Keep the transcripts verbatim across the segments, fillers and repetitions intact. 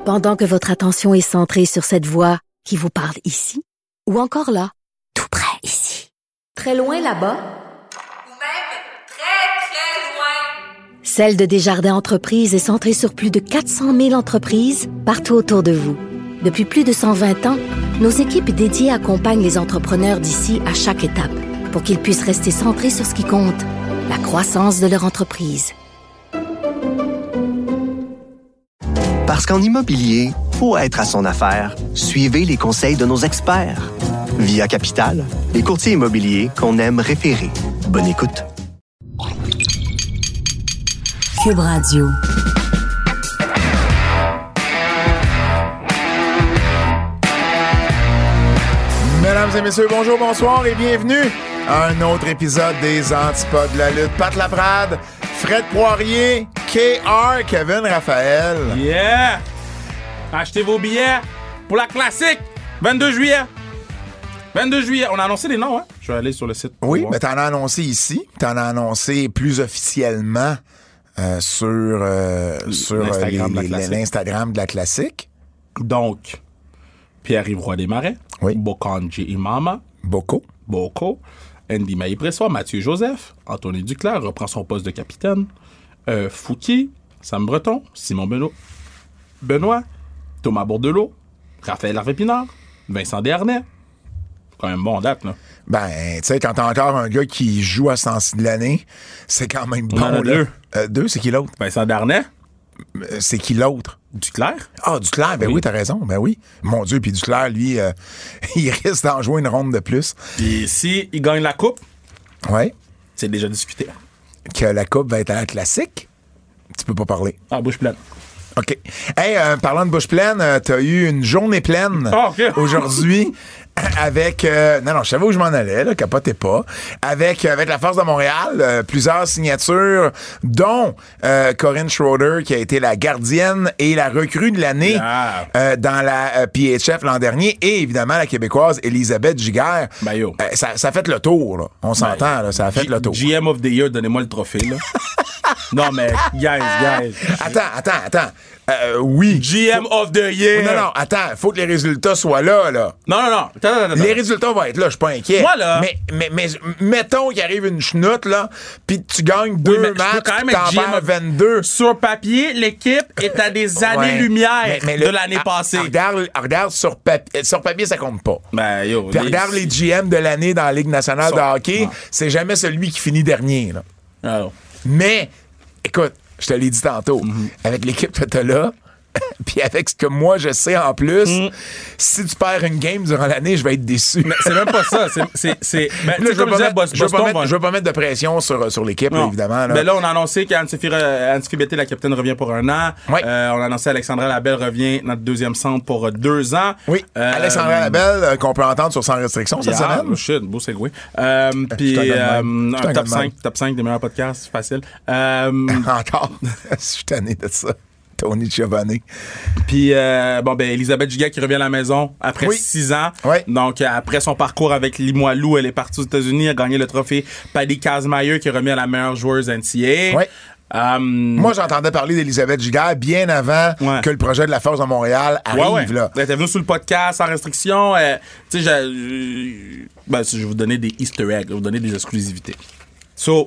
Pendant que votre attention est centrée sur cette voix qui vous parle ici, ou encore là, tout près ici, très loin là-bas, ou même très, très loin, Celle de Desjardins Entreprises est centrée sur plus de quatre cent mille entreprises partout autour de vous. Depuis plus de cent vingt ans, nos équipes dédiées accompagnent les entrepreneurs d'ici à chaque étape pour qu'ils puissent rester centrés sur ce qui compte, la croissance de leur entreprise. Parce qu'en immobilier, pour être à son affaire, suivez les conseils de nos experts. Via Capital, les courtiers immobiliers qu'on aime référer. Bonne écoute. Cube Radio. Mesdames et messieurs, bonjour, bonsoir et bienvenue à un autre épisode des Antipodes de la lutte. Pat Laprade, Fred Poirier, K R, Kevin Raphaël. Yeah! Achetez vos billets pour la classique, vingt-deux juillet. vingt-deux juillet, on a annoncé les noms, hein? Je vais aller sur le site. Oui, mais t'en as annoncé ici, t'en as annoncé plus officiellement euh, sur, euh, sur L'Instagram, les, de la les, l'Instagram de la classique. Donc, Pierre-Yves Roy Desmarais, oui. Bokanji Imama, Boko, Boko, Andy Maillé-Pressoir, Mathieu Joseph, Anthony Duclair reprend son poste de capitaine, euh, Fouki, Sam Breton, Simon Benoît, Benoît, Thomas Bourdelot, Raphaël Harvey-Pinard, Vincent Desharnais. Quand même bon date, là. Ben, tu sais, quand t'as encore un gars qui joue à ce temps-ci de l'année, c'est quand même bon. On en a là. deux. Euh, deux, c'est qui l'autre? Vincent Desharnais, Euh, c'est qui l'autre? Duclair. Ah, Duclair, ben oui, Oui. t'as raison, ben oui. Mon Dieu, puis Duclair, lui, euh, il risque d'en jouer une ronde de plus. Puis si il gagne la coupe, Ouais. c'est déjà discuté. Que la coupe va être à la classique, tu peux pas parler. Ah, bouche pleine. OK. Hey, euh, parlant de bouche pleine, euh, t'as eu une journée pleine Ah, OK. aujourd'hui avec... euh, non, non, je savais où je m'en allais, là, capotez pas. Avec, avec la Force de Montréal, euh, plusieurs signatures, dont euh, Corinne Schroeder, qui a été la gardienne et la recrue de l'année Yeah. euh, dans la euh, P H F l'an dernier, et évidemment la Québécoise Elisabeth Giguère. Ben yo. Euh, ça, ça a fait le tour, là. On s'entend, là, ça a fait G- le tour. G M of the Year, donnez-moi le trophée, là. Non, mais, guys, guys. Attends, attends, attends. Euh, oui. G M of the Year. Non, non, attends, faut que les résultats soient là, là. Non, non, non. Attends, attends, attends. Les résultats vont être là, je suis pas inquiet. Moi, là- Mais, mais, mais mettons qu'il arrive une chenoute, là, puis tu gagnes deux mais je peux matchs, quand même puis être t'en G M perds of- vingt-deux. Sur papier, l'équipe est à des années-lumière Ouais. Mais- mais de le- l'année ah, passée. ah, Regarde, regarde sur, papier, sur papier, ça compte pas. Ben, yo. Puis regarde les G M de l'année dans la Ligue nationale Sont- de hockey, ouais. c'est jamais celui qui finit dernier, là. Alors, Mais, écoute, je te l'ai dit tantôt, Mm-hmm. avec l'équipe que t'as là, puis avec ce que moi je sais en plus, Mm. si tu perds une game durant l'année, je vais être déçu. mais c'est même pas ça. C'est. c'est, c'est ben, tu Là, sais, je veux comme pas je disais, mettre- Bos- je veux pas Boston mettre- va- je veux pas mettre de pression sur, sur l'équipe, là, Non. évidemment. Là. Mais là, on a annoncé qu'Anne-Sophie euh, Anne-Sophie Betté, la capitaine, revient pour un an. Ouais. Euh, on a annoncé Alexandra Labelle revient, notre deuxième centre, pour euh, deux ans. Oui, Euh, Alexandra Labelle, euh, qu'on peut entendre sur Sans Restriction cette Yeah, semaine. shit, beau segway. Euh, Puis, Je suis un gars de euh, même. Je suis un un gars top de même. cinq, top cinq des meilleurs podcasts, facile. Euh, Encore. Je suis tanné de ça. Tony Giovanni. Puis, euh, bon, ben, Elisabeth Giguère qui revient à la maison après Oui. six ans. Oui. Donc, euh, après son parcours avec Limoilou, elle est partie aux États-Unis, a gagné le trophée Paddy Kazmaier qui est remis à la meilleure joueuse N C A A. Oui. Euh, Moi, j'entendais parler d'Elisabeth Giguère bien avant Ouais. que le projet de la Force de Montréal arrive. ouais, ouais. Là. Elle était venue sur le podcast sans restriction. Euh, tu sais, j'ai- euh, ben, je vais vous donner des Easter eggs, je vais vous donner des exclusivités. So,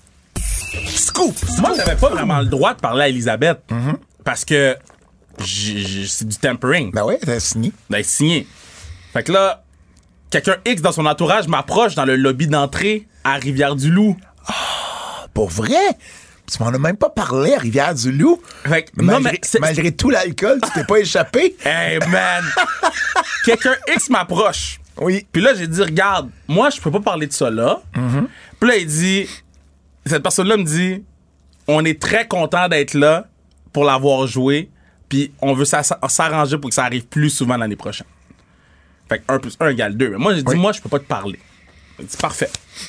scoop! Moi, j'avais pas vraiment le droit de parler à Elisabeth parce que j'ai- j'ai- c'est du tempering. Ben oui, t'as signé. D'être signé. Fait que là, quelqu'un X dans son entourage m'approche dans le lobby d'entrée à Rivière-du-Loup. Pour vrai? Tu m'en as même pas parlé à Rivière-du-Loup. Fait que, Malgré, non, mais c'est- malgré tout l'alcool, tu t'es pas échappé? Hey, man! Quelqu'un X m'approche. Oui. Puis là, j'ai dit, regarde, moi, je peux pas parler de ça là. Puis là, il dit, cette personne-là me dit, on est très content d'être là pour l'avoir joué, puis on veut s'a- s'arranger pour que ça arrive plus souvent l'année prochaine. Fait que un plus un égale deux. Mais moi, j'ai dit, Oui. moi, je peux pas te parler. J'ai dit, parfait.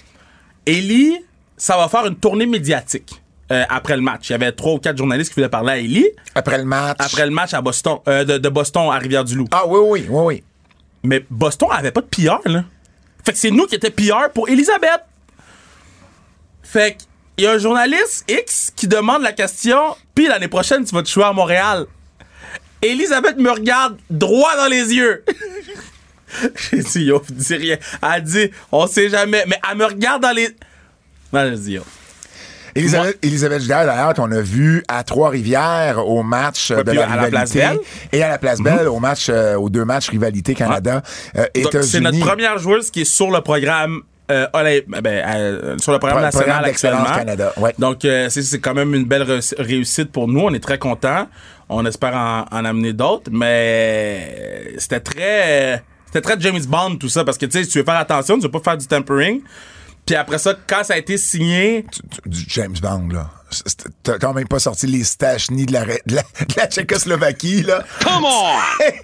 Ellie, ça va faire une tournée médiatique euh, après le match. Il y avait trois ou quatre journalistes qui voulaient parler à Ellie. Après le match. Après le match à Boston, euh, de, de Boston à Rivière-du-Loup. Ah oui, oui, oui, oui. Mais Boston avait pas de P R, là. Fait que c'est nous qui étions P R pour Elisabeth. Fait que il y a un journaliste X qui demande la question, puis l'année prochaine, tu vas te jouer à Montréal. Elisabeth me regarde droit dans les yeux. J'ai dit, yo, dis rien. Elle dit, on sait jamais. Mais elle me regarde dans les... Non, j'ai dit, yo. Elisabeth, Elisabeth Giguère, d'ailleurs, qu'on a vu à Trois-Rivières au match ouais, de la à rivalité. La Place Belle. Et à la Place Belle, mm-hmm. au match, euh, aux deux matchs Rivalité Canada, ouais. euh, États-Unis. C'est notre première joueuse qui est sur le programme euh, Olymp- ben, euh, sur le programme Pro- national programme actuellement. Canada, ouais. Donc, euh, c'est, c'est quand même une belle re- réussite pour nous. On est très contents. On espère en, en amener d'autres, mais c'était très... C'était très James Bond, tout ça, parce que, tu sais, tu veux faire attention, tu veux pas faire du tampering. Puis après ça, quand ça a été signé... Du James Bond, là. T'as quand même pas sorti les Stachny de la, de la, de la Tchécoslovaquie, là. Come on!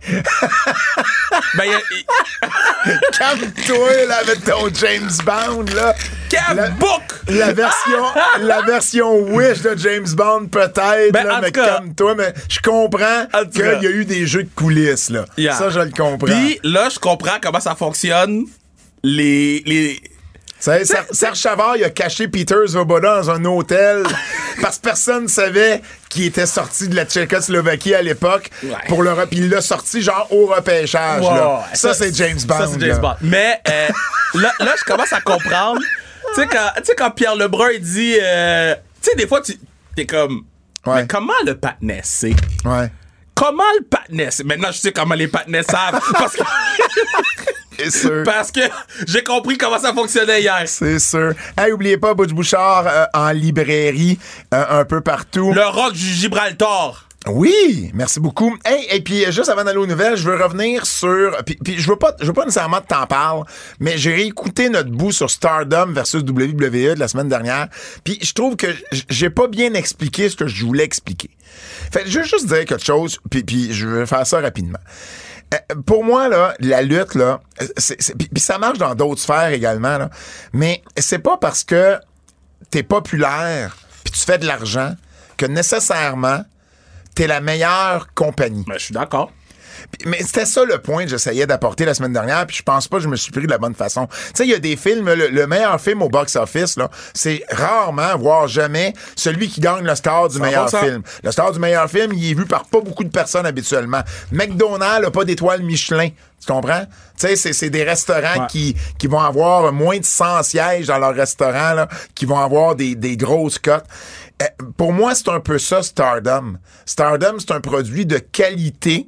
ben, y a, y... Calme-toi, là, avec ton James Bond, là. Quel la, book! La version, la version Wish de James Bond, peut-être, ben, là, mais cas, calme-toi. Mais je comprends qu'il y a eu des jeux de coulisses, là. Yeah. Ça, je le comprends. Puis là, je comprends comment ça fonctionne. Les... les Serge, Serge Chavard, il a caché Peter Svoboda dans un hôtel parce que personne ne savait qu'il était sorti de la Tchécoslovaquie à l'époque. Ouais. Pour le Puis il l'a sorti genre au repêchage. Wow. Là. Ça, ça, c'est James Bond. Ça, c'est James Bond. Mais euh, là, là, je commence à comprendre. Tu sais, quand, quand Pierre Lebrun, il dit... Euh, tu sais, des fois, tu t'es comme... Ouais. Mais comment le patinet sait? Ouais. Comment le patinet sait? Maintenant, je sais comment les patinets savent. Parce que... C'est sûr. Parce que j'ai compris comment ça fonctionnait hier. C'est sûr. Hey, oubliez pas, Butch Bouchard euh, en librairie euh, un peu partout. Le rock du Gibraltar. Oui, merci beaucoup. Hey, et puis juste avant d'aller aux nouvelles, je veux revenir sur... Puis, puis je veux pas je veux pas nécessairement que t'en parles, mais j'ai réécouté notre bout sur Stardom versus W W E de la semaine dernière, puis je trouve que j'ai pas bien expliqué ce que je voulais expliquer. Fait je veux juste dire quelque chose, puis, puis je vais faire ça rapidement. Pour moi, là, la lutte, là, c'est, c'est, puis ça marche dans d'autres sphères également, là, mais c'est pas parce que t'es populaire puis tu fais de l'argent que nécessairement t'es la meilleure compagnie. Ben, je suis d'accord. Mais c'était ça le point que j'essayais d'apporter la semaine dernière, puis je pense pas que je me suis pris de la bonne façon. Tu sais, il y a des films, le, le meilleur film au box-office, là, c'est rarement, voire jamais, celui qui gagne le score du meilleur film. Le score du meilleur film, il est vu par pas beaucoup de personnes habituellement. McDonald's a pas d'étoile Michelin. Tu comprends? Tu sais, c'est, c'est des restaurants ouais. qui, qui vont avoir moins de cent sièges dans leur restaurant, là, qui vont avoir des, des grosses cotes. Euh, pour moi, c'est un peu ça, Stardom. Stardom, c'est un produit de qualité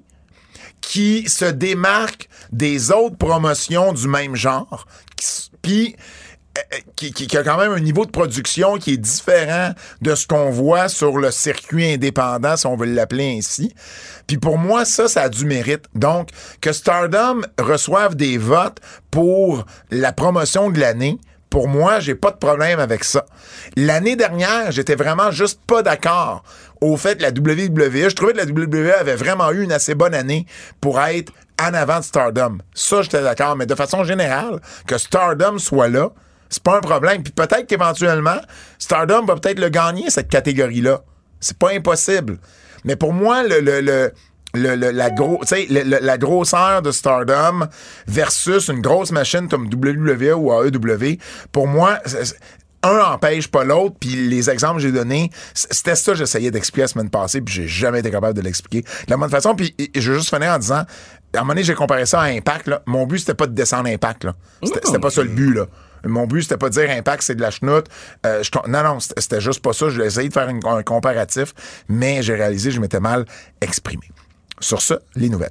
qui se démarque des autres promotions du même genre, puis qui, qui, qui a quand même un niveau de production qui est différent de ce qu'on voit sur le circuit indépendant, si on veut l'appeler ainsi. Puis pour moi, ça, ça a du mérite. Donc, que Stardom reçoive des votes pour la promotion de l'année, pour moi, j'ai pas de problème avec ça. L'année dernière, j'étais vraiment juste pas d'accord au fait que la W W E, je trouvais que la W W E avait vraiment eu une assez bonne année pour être en avant de Stardom. Ça, j'étais d'accord. Mais de façon générale, que Stardom soit là, c'est pas un problème. Puis peut-être qu'éventuellement, Stardom va peut-être le gagner, cette catégorie-là. C'est pas impossible. Mais pour moi, le... le, le Le, le, la, gros, le, le, la grosseur de Stardom versus une grosse machine comme W W E ou A E W, pour moi, un empêche pas l'autre, puis les exemples que j'ai donnés, c'était ça que j'essayais d'expliquer la semaine passée, puis j'ai jamais été capable de l'expliquer de la bonne façon. Puis je veux juste finir en disant, à un moment donné, j'ai comparé ça à Impact. Là. Mon but, c'était pas de descendre Impact. Là. C'était, c'était pas ça le but. Là. Mon but, c'était pas de dire Impact, c'est de la chenoute. Euh, je, non, non, c'était, c'était juste pas ça. Je voulais essayer de faire une, un comparatif, mais j'ai réalisé que je m'étais mal exprimé. Sur ça, les nouvelles.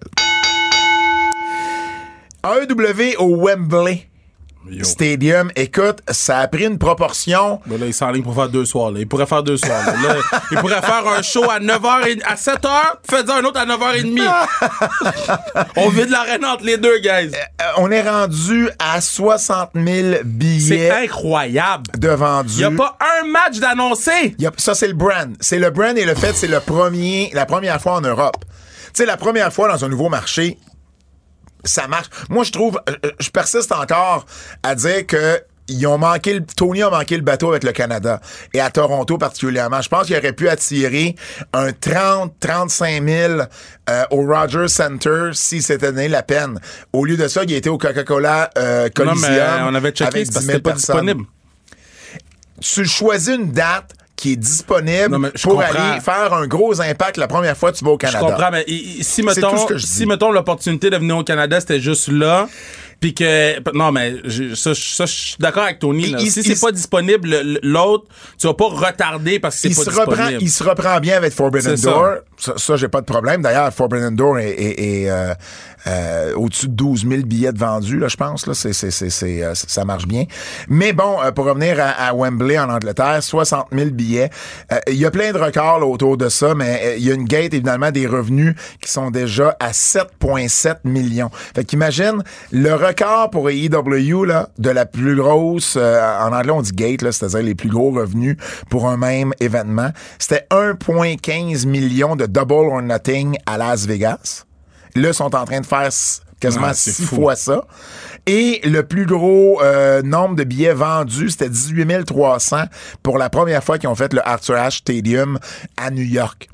A E W au Wembley Yo. Stadium, écoute, ça a pris une proportion. Ben là, il s'enligne pour faire deux soirs. Là. Il pourrait faire deux soirs. Là. Là, il pourrait faire un show à neuf heures et... à sept heures, puis faire un autre à neuf heures trente. On vide l'arène entre les deux, guys. Euh, on est rendu à soixante mille billets. C'est incroyable. De vendus. Il n'y a pas un match d'annoncé. Y a, ça, c'est le brand. C'est le brand et le fait, c'est le premier, la première fois en Europe. Tu sais, la première fois dans un nouveau marché, ça marche. Moi, je trouve, je persiste encore à dire que ils ont manqué le, Tony a manqué le bateau avec le Canada. Et à Toronto particulièrement. Je pense qu'il aurait pu attirer un trente à trente-cinq mille euh, au Rogers Center si c'était donné la peine. Au lieu de ça, il a été au Coca-Cola euh, Coliseum. Non, mais on avait checké, c'est parce que c'était pas disponible. Tu choisis une date qui est disponible Non, mais je pour comprends. aller faire un gros impact la première fois que tu vas au Je Canada. comprends, mais i- i- si, C'est mettons, tout ce que je si, dis. mettons, l'opportunité de venir au Canada, c'était juste là, puis que... Non, mais je- ça, je- ça, je suis d'accord avec Tony. là. Il- si il- c'est il- pas disponible, l- l'autre, tu vas pas retarder parce que Il c'est pas se, reprend, disponible. il se reprend bien avec Forbidden C'est ça. Door. Ça, ça, j'ai pas de problème. D'ailleurs, Forbidden Door est, est, est, euh, euh, au-dessus de douze mille billets de vendus, là, je pense. Là, c'est, c'est, c'est, c'est, euh, ça marche bien. Mais bon, euh, pour revenir à, à Wembley en Angleterre, soixante mille billets. Euh, Il y a plein de records là, autour de ça, mais euh, il y a une gate, évidemment, des revenus qui sont déjà à sept virgule sept millions. Fait qu'imagine, le record pour A E W, là, de la plus grosse, euh, en anglais, on dit gate, là, c'est-à-dire les plus gros revenus pour un même événement, c'était un virgule quinze million de Double or Nothing à Las Vegas. Là, ils sont en train de faire s- quasiment Ouais, c'est six fou. fois ça. Et le plus gros euh, nombre de billets vendus, c'était dix-huit mille trois cents pour la première fois qu'ils ont fait le Arthur Ashe Stadium à New York.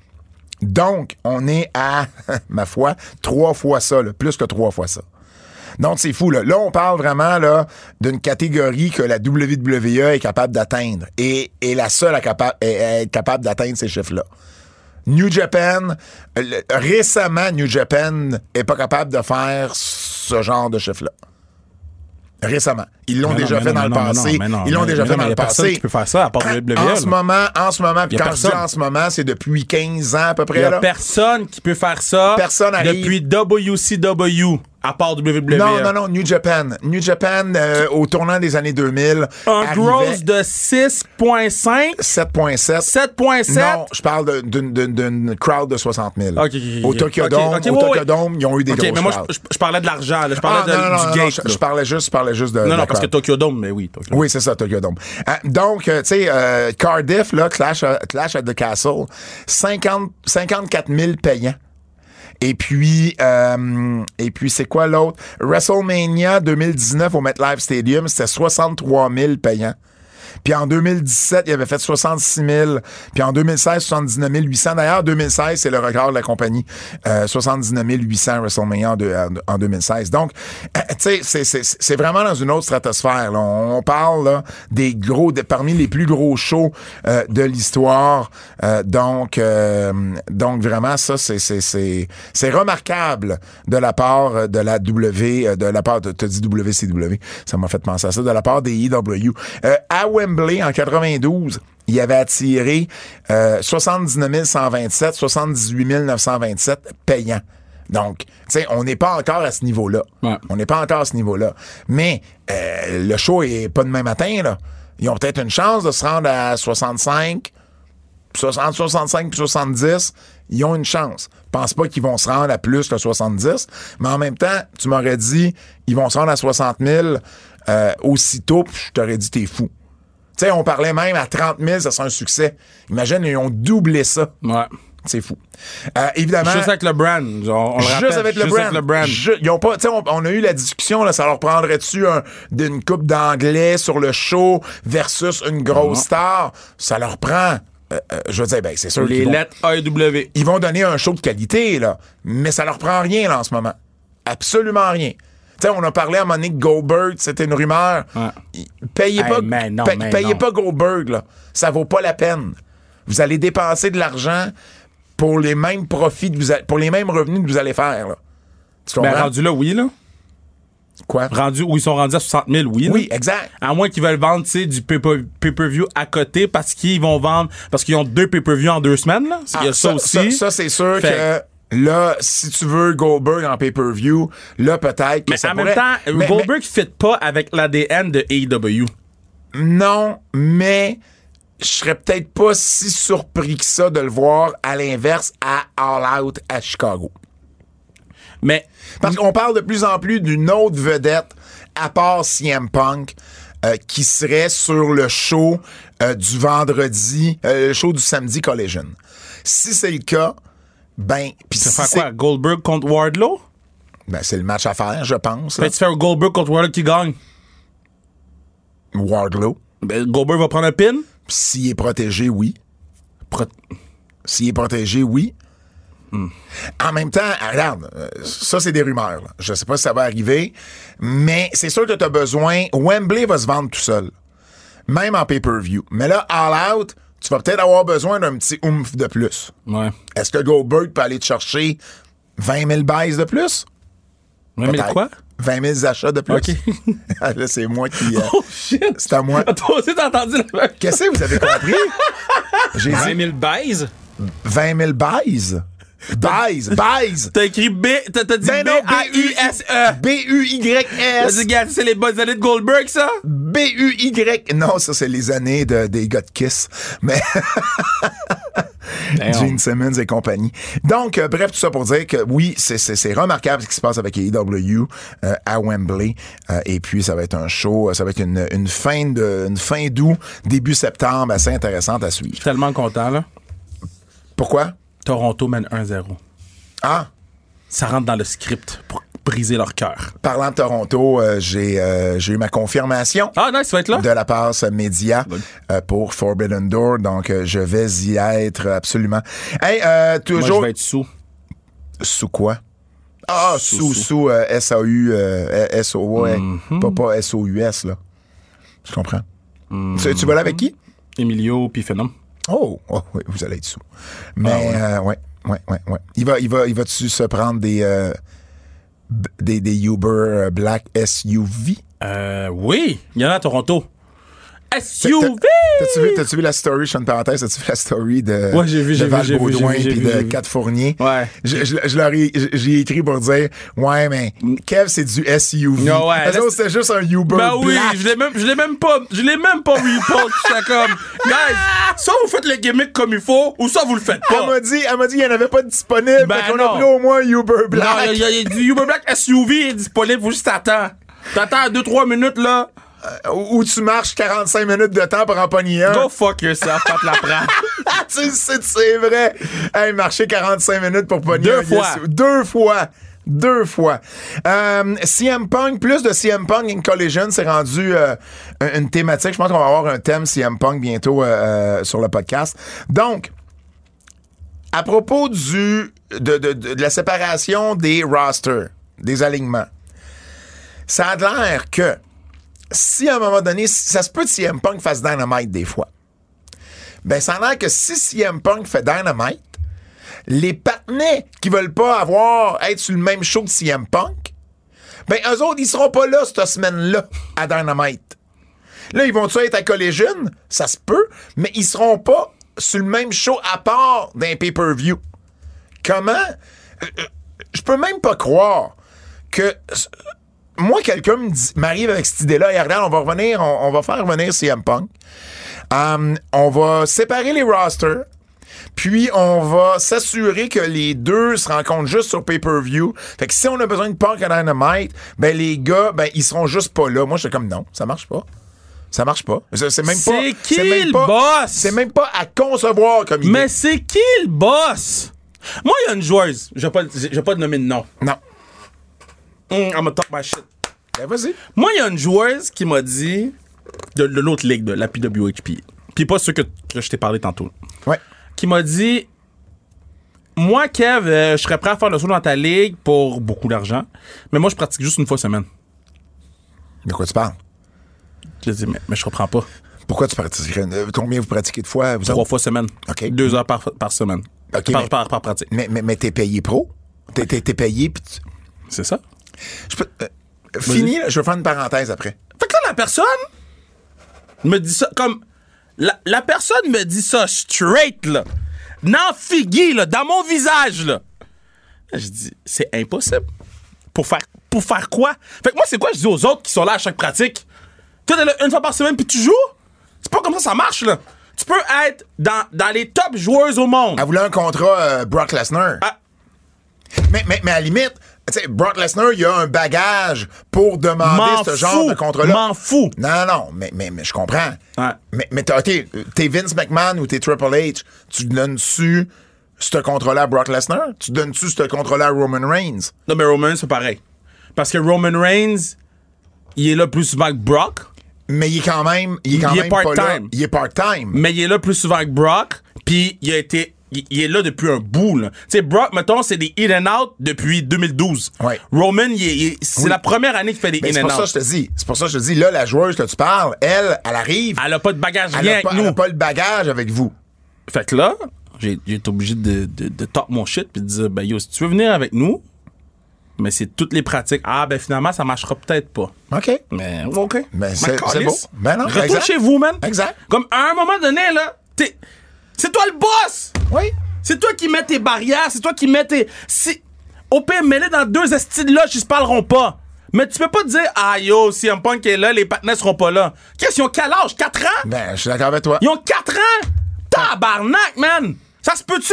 Donc, on est à, ma foi, trois fois ça, là, plus que trois fois ça. Donc, c'est fou, là. Là, on parle vraiment, là, d'une catégorie que la W W E est capable d'atteindre. Et, et la seule à, capa- à être capable d'atteindre ces chiffres-là. New Japan, euh, le- récemment, New Japan est pas capable de faire ce genre de chiffre-là. Récemment. Ils l'ont Mais non, déjà mais fait non, dans le mais non, passé. mais non, Ils l'ont mais- déjà mais fait non, dans mais le y a personne passé. qui peut faire ça à part W W E, En, là. ce moment, en ce moment, puis Y a quand je dis personne. en ce moment, c'est depuis quinze ans à peu Il près, y a là. personne qui peut faire ça Personne arrive. depuis W C W, à part W W E. Non, non, non, New Japan. New Japan, euh, au tournant des années deux mille, Un arrivait gross de six virgule cinq, sept virgule sept. sept virgule sept. Non, je parle de- d'une, d'une, d'une crowd de soixante mille. Ok, ok, ok, Au ok. Tokyo Ok, Dome, ok, au ouais, Tokyo ouais. Dome, ils ont eu des OK, grosses mais moi, crowds. je, je- je parlais de l'argent, là. Je parlais Ah, de, non, non, du non, gate. non, je, là. je parlais juste, je parlais juste de. de Non, la non, parce que crowd. Tokyo Dome, mais oui, Tokyo Dome. Oui, c'est ça, Tokyo Dome. Ah, donc, euh, tu sais, euh, Cardiff, là, Clash, à- Clash at the Castle, cinquante, cinquante-quatre mille payants. Et puis, euh, et puis c'est quoi l'autre? WrestleMania deux mille dix-neuf au MetLife Stadium, c'était soixante-trois mille payants. Puis en deux mille dix-sept, il avait fait soixante-six mille. Puis en deux mille seize, soixante-dix-neuf mille huit cents. D'ailleurs, deux mille seize, c'est le record de la compagnie. Euh, soixante-dix-neuf mille huit cents WrestleMania en, deux- en deux mille seize. Donc, euh, tu sais, c'est, c'est, c'est vraiment dans une autre stratosphère. Là. On, on parle là, des gros, de, parmi les plus gros shows euh, de l'histoire. Euh, donc, euh, donc vraiment, ça, c'est, c'est, c'est, c'est remarquable de la part de la W, euh, de la part de, t'as dit W C W, ça m'a fait penser à ça, de la part des E W. Euh, à Wembley, en quatre-vingt-douze, il avait attiré euh, soixante-dix-neuf mille cent vingt-sept, soixante-dix-huit mille neuf cent vingt-sept payants. Donc, tu sais, on n'est pas encore à ce niveau-là. Ouais. On n'est pas encore à ce niveau-là. Mais euh, le show est pas demain matin, là. Ils ont peut-être une chance de se rendre à soixante-cinq, soixante, soixante-cinq puis soixante-dix. Ils ont une chance. Je pense pas qu'ils vont se rendre à plus que soixante-dix. Mais en même temps, tu m'aurais dit, ils vont se rendre à soixante mille euh, aussitôt, puis je t'aurais dit, t'es fou. Tu sais, on parlait même à trente mille, ça serait un succès. Imagine, ils ont doublé ça. Ouais. C'est fou. Euh, évidemment. Juste avec le brand. Genre, on le Juste rappelle, avec le juste brand. avec le brand. Ju- ils ont pas, tu sais, on, on a eu la discussion, là, ça leur prendrait-tu un, d'une coupe d'anglais sur le show versus une grosse Non. star? Ça leur prend, euh, euh, je veux dire, ben, c'est sûr Les qu'ils vont, lettres A E W. ils vont donner un show de qualité, là. Mais ça leur prend rien, là, en ce moment. Absolument rien. Tu sais, on a parlé à Monique Goldberg, c'était une rumeur. Ouais. Il- Payez Hey, pas, mais non, pa- mais payez non. pas Goldberg, là. Ça vaut pas la peine. Vous allez dépenser de l'argent pour les mêmes profits, que vous a- pour les mêmes revenus que vous allez faire, là. Tu Ben, comprends? rendu là, oui, là. Quoi? Rendu où ils sont rendus à soixante mille, oui. là. Oui, exact. À moins qu'ils veulent vendre, tu sais, du pay-per- pay-per-view à côté parce qu'ils vont vendre, parce qu'ils ont deux pay-per-view en deux semaines, là. Il y a Ah, ça, aussi. Ça, ça, c'est sûr Fait- que là, si tu veux Goldberg en pay-per-view, là, peut-être que Mais ça en pourrait... même temps, Mais- Goldberg ne fit pas avec l'A D N de A E W. mais- non, mais je serais peut-être pas si surpris que ça de le voir à l'inverse à All Out à Chicago. Mais Parce qu'on parle de plus en plus d'une autre vedette, à part C M Punk, euh, qui serait sur le show euh, du vendredi, euh, le show du samedi Collision. Si c'est le cas, ben... Pis ça si fait c'est, quoi? Goldberg contre Wardlow? ben, c'est le match à faire, je pense. là. Fait que tu fais un Goldberg contre Wardlow qui gagne. Wardlow. Ben, Goldberg va prendre un pin. S'il est protégé, oui. Pro- S'il est protégé, oui. En même temps, regarde, euh, ça, c'est des rumeurs. Là. Je sais pas si ça va arriver, mais c'est sûr que tu as besoin... Wembley va se vendre tout seul, même en pay-per-view. Mais là, All Out, tu tu vas peut-être avoir besoin d'un petit oomph de plus. Ouais. Est-ce que Goldberg peut aller te chercher vingt mille buys de plus? vingt mille quoi? vingt mille achats de plus. OK. Ah, là, c'est moi qui... Euh, Oh shit! c'est à moi. Toi aussi, t'as entendu la même. Qu'est-ce que vous avez compris? J'ai vingt dit mille baises? vingt mille buys. Buys, buys. T'as écrit B, t'as, t'as dit Ben non, B A U S E. B U Y T'as S. dit, gars, c'est les bonnes années de Goldberg, ça? B U Y. Non, ça, c'est les années de, des gars de Kiss. Mais. Gene Simmons et compagnie. Donc, euh, bref, tout ça pour dire que oui, c'est, c'est, c'est remarquable ce qui se passe avec A E W euh, à Wembley. Euh, et puis, ça va être un show, ça va être une, une fin de, une fin d'août, début septembre, assez intéressante à suivre. Je suis tellement content, là. Pourquoi? Toronto mène un zéro. Ah! Ça rentre dans le script pour briser leur cœur. Parlant de Toronto, euh, j'ai, euh, j'ai eu ma confirmation. Ah, non, tu vas être là? De la passe média euh, pour Forbidden Door. Donc, euh, je vais y être absolument. Hey, euh, toujours. Moi, je vais être sous. Sous quoi? Ah, Sous, sous, sous. sous euh, S A U, euh, S O, ouais. Mm-hmm. Pas, pas S O U S, là. Je comprends. Mm-hmm. Tu, tu vas là avec qui? Emilio puis Phenom. Oh, oh, oui, vous allez être sous. Mais, ah, ouais. Euh, ouais, ouais, ouais, ouais. Il va, il va, il va-tu se prendre des, euh, b- des, des Uber Black S U V? Euh, oui, il y en a à Toronto. S U V! T'as-tu vu, t'as-tu vu la story, je fais une parenthèse, t'as-tu vu la story de, ouais, j'ai vu, de j'ai Val vu, j'ai vu, Baudouin j'ai vu, puis j'ai de vu. Kat Fournier? Ouais. Je, je, je leur ai, j'ai écrit pour dire, ouais, mais Kev, c'est du S U V. Non, ouais, Eux là, autres, c'était juste un Uber Ben oui, Black. je l'ai même, je l'ai même pas, je l'ai même pas repost. J'étais comme, guys, soit vous faites le gimmick comme il faut, ou soit vous le faites Elle pas. m'a dit, elle m'a dit, il n'y en avait pas de disponible. Ben fait qu'on non. a pris au moins un Uber Non, Black. il y, a- y a du Uber Black S U V est disponible, faut juste attendre. T'attends deux trois minutes, là. Où tu marches quarante-cinq minutes de temps pour en pogner un. Go fuck yourself, quand tu la prends. Tu le sais, c'est vrai. Hey, marcher quarante-cinq minutes pour pogner Deux un fois. yes- Deux fois. Deux fois. Euh, C M Punk, plus de C M Punk in Collision, c'est rendu euh, une thématique. Je pense qu'on va avoir un thème C M Punk bientôt euh, euh, sur le podcast. Donc, à propos du de, de, de, de la séparation des rosters, des alignements, ça a l'air que si à un moment donné, ça se peut que C M Punk fasse Dynamite des fois, ben ça a l'air que si C M Punk fait Dynamite, les partenaires qui veulent pas avoir être sur le même show que C M Punk, ben eux autres, ils seront pas là cette semaine-là à Dynamite. Là, ils vont-tu être à Collision? Ça se peut, mais ils seront pas sur le même show à part d'un pay-per-view. Comment? Euh, euh, Je peux même pas croire que... Moi, quelqu'un me dit- m'arrive avec cette idée-là, et regarde, on va revenir, on, on va faire revenir C M Punk. Um, on va séparer les rosters, puis on va s'assurer que les deux se rencontrent juste sur pay-per-view. Fait que si on a besoin de Punk à Dynamite, ben les gars, ben ils seront juste pas là. Moi, je suis comme non, ça marche pas. Ça marche pas. C'est, c'est même C'est pas. qui c'est même le pas, boss? C'est même pas à concevoir comme idée. Mais c'est qui le boss? Moi, il y a une joueuse, je vais pas, je vais pas te nommer de nom. Non. Mm, I'm gonna talk my shit. Ben vas-y. Moi, il y a une joueuse qui m'a dit, de, de l'autre ligue, de la P W H P, puis pas ceux que, que je t'ai parlé tantôt, Ouais. qui m'a dit, moi, Kev, euh, je serais prêt à faire le saut dans ta ligue pour beaucoup d'argent, mais moi, je pratique juste une fois semaine. De quoi tu parles? Je dis, mais, mais je comprends pas. Pourquoi tu pratiquerais? euh, Combien vous pratiquez de fois? Vous Trois autres? fois semaine. OK. Deux heures par, par semaine. OK, par, mais- par, par pratique. Mais, mais, mais t'es payé pro? T'es, t'es, t'es payé, puis tu... C'est ça. Je peux... euh, fini, là, je vais faire une parenthèse après. Fait que là, la personne me dit ça comme. La, la personne me dit ça straight, là. N'en figue, là, dans mon visage, là. Là, je dis, c'est impossible. Pour faire, pour faire quoi? Fait que moi, c'est quoi je dis aux autres qui sont là à chaque pratique? Toi, t'es là une fois par semaine puis tu joues? C'est pas comme ça ça marche, là. Tu peux être dans, dans les top joueuses au monde. Elle voulait un contrat euh, Brock Lesnar. Ah. Mais, mais, mais à la limite, tu sais, Brock Lesnar, il a un bagage pour demander M'en ce genre fous. de contrat-là. M'en fous. Non, non, non, mais, mais, mais je comprends. Ouais. Mais, mais t'as, OK, t'es Vince McMahon ou t'es Triple H, tu donnes-tu ce contrat-là à Brock Lesnar? Tu donnes-tu ce contrat-là à Roman Reigns? Non, mais Roman, c'est pareil. Parce que Roman Reigns, il est là plus souvent que Brock. Mais il est quand même, il est quand Il est même pas là. part-time. Il est part-time. Mais il est là plus souvent que Brock, puis il a été... Il, il est là depuis un bout, là. Tu sais, Brock, mettons, c'est des in and out depuis deux mille douze. Ouais. Roman, il est- il est- c'est Oui. la première année qu'il fait des Mais c'est in pour and ça out. que je te dis. C'est pour ça que je te dis, là, la joueuse que tu parles, elle, elle arrive. Elle a pas de bagage Elle rien n'a pas, avec elle nous. a pas le bagage avec vous. fait que là, j'ai, j'ai été obligé de, de, de top mon shit puis de dire, ben yo, si tu veux venir avec nous, mais c'est toutes les pratiques. Ah, ben finalement, ça marchera peut-être pas. OK. Mais OK. Mais c'est, c'est beau. Ben non, retourne exact. chez vous, man. Exact. Comme à un moment donné, là, t'es... c'est toi le boss! Oui. C'est toi qui mets tes barrières, c'est toi qui mets tes... Si... Au pire, mets-les dans deux estis de loges, ils se parleront pas. Mais tu peux pas dire, ah yo, si C M Punk est là, les partenaires seront pas là. Qu'est-ce qu'ils ont quel âge? quatre ans? Ben, je suis d'accord avec toi. Ils ont quatre ans? Tabarnak, man! Ça se peut-tu?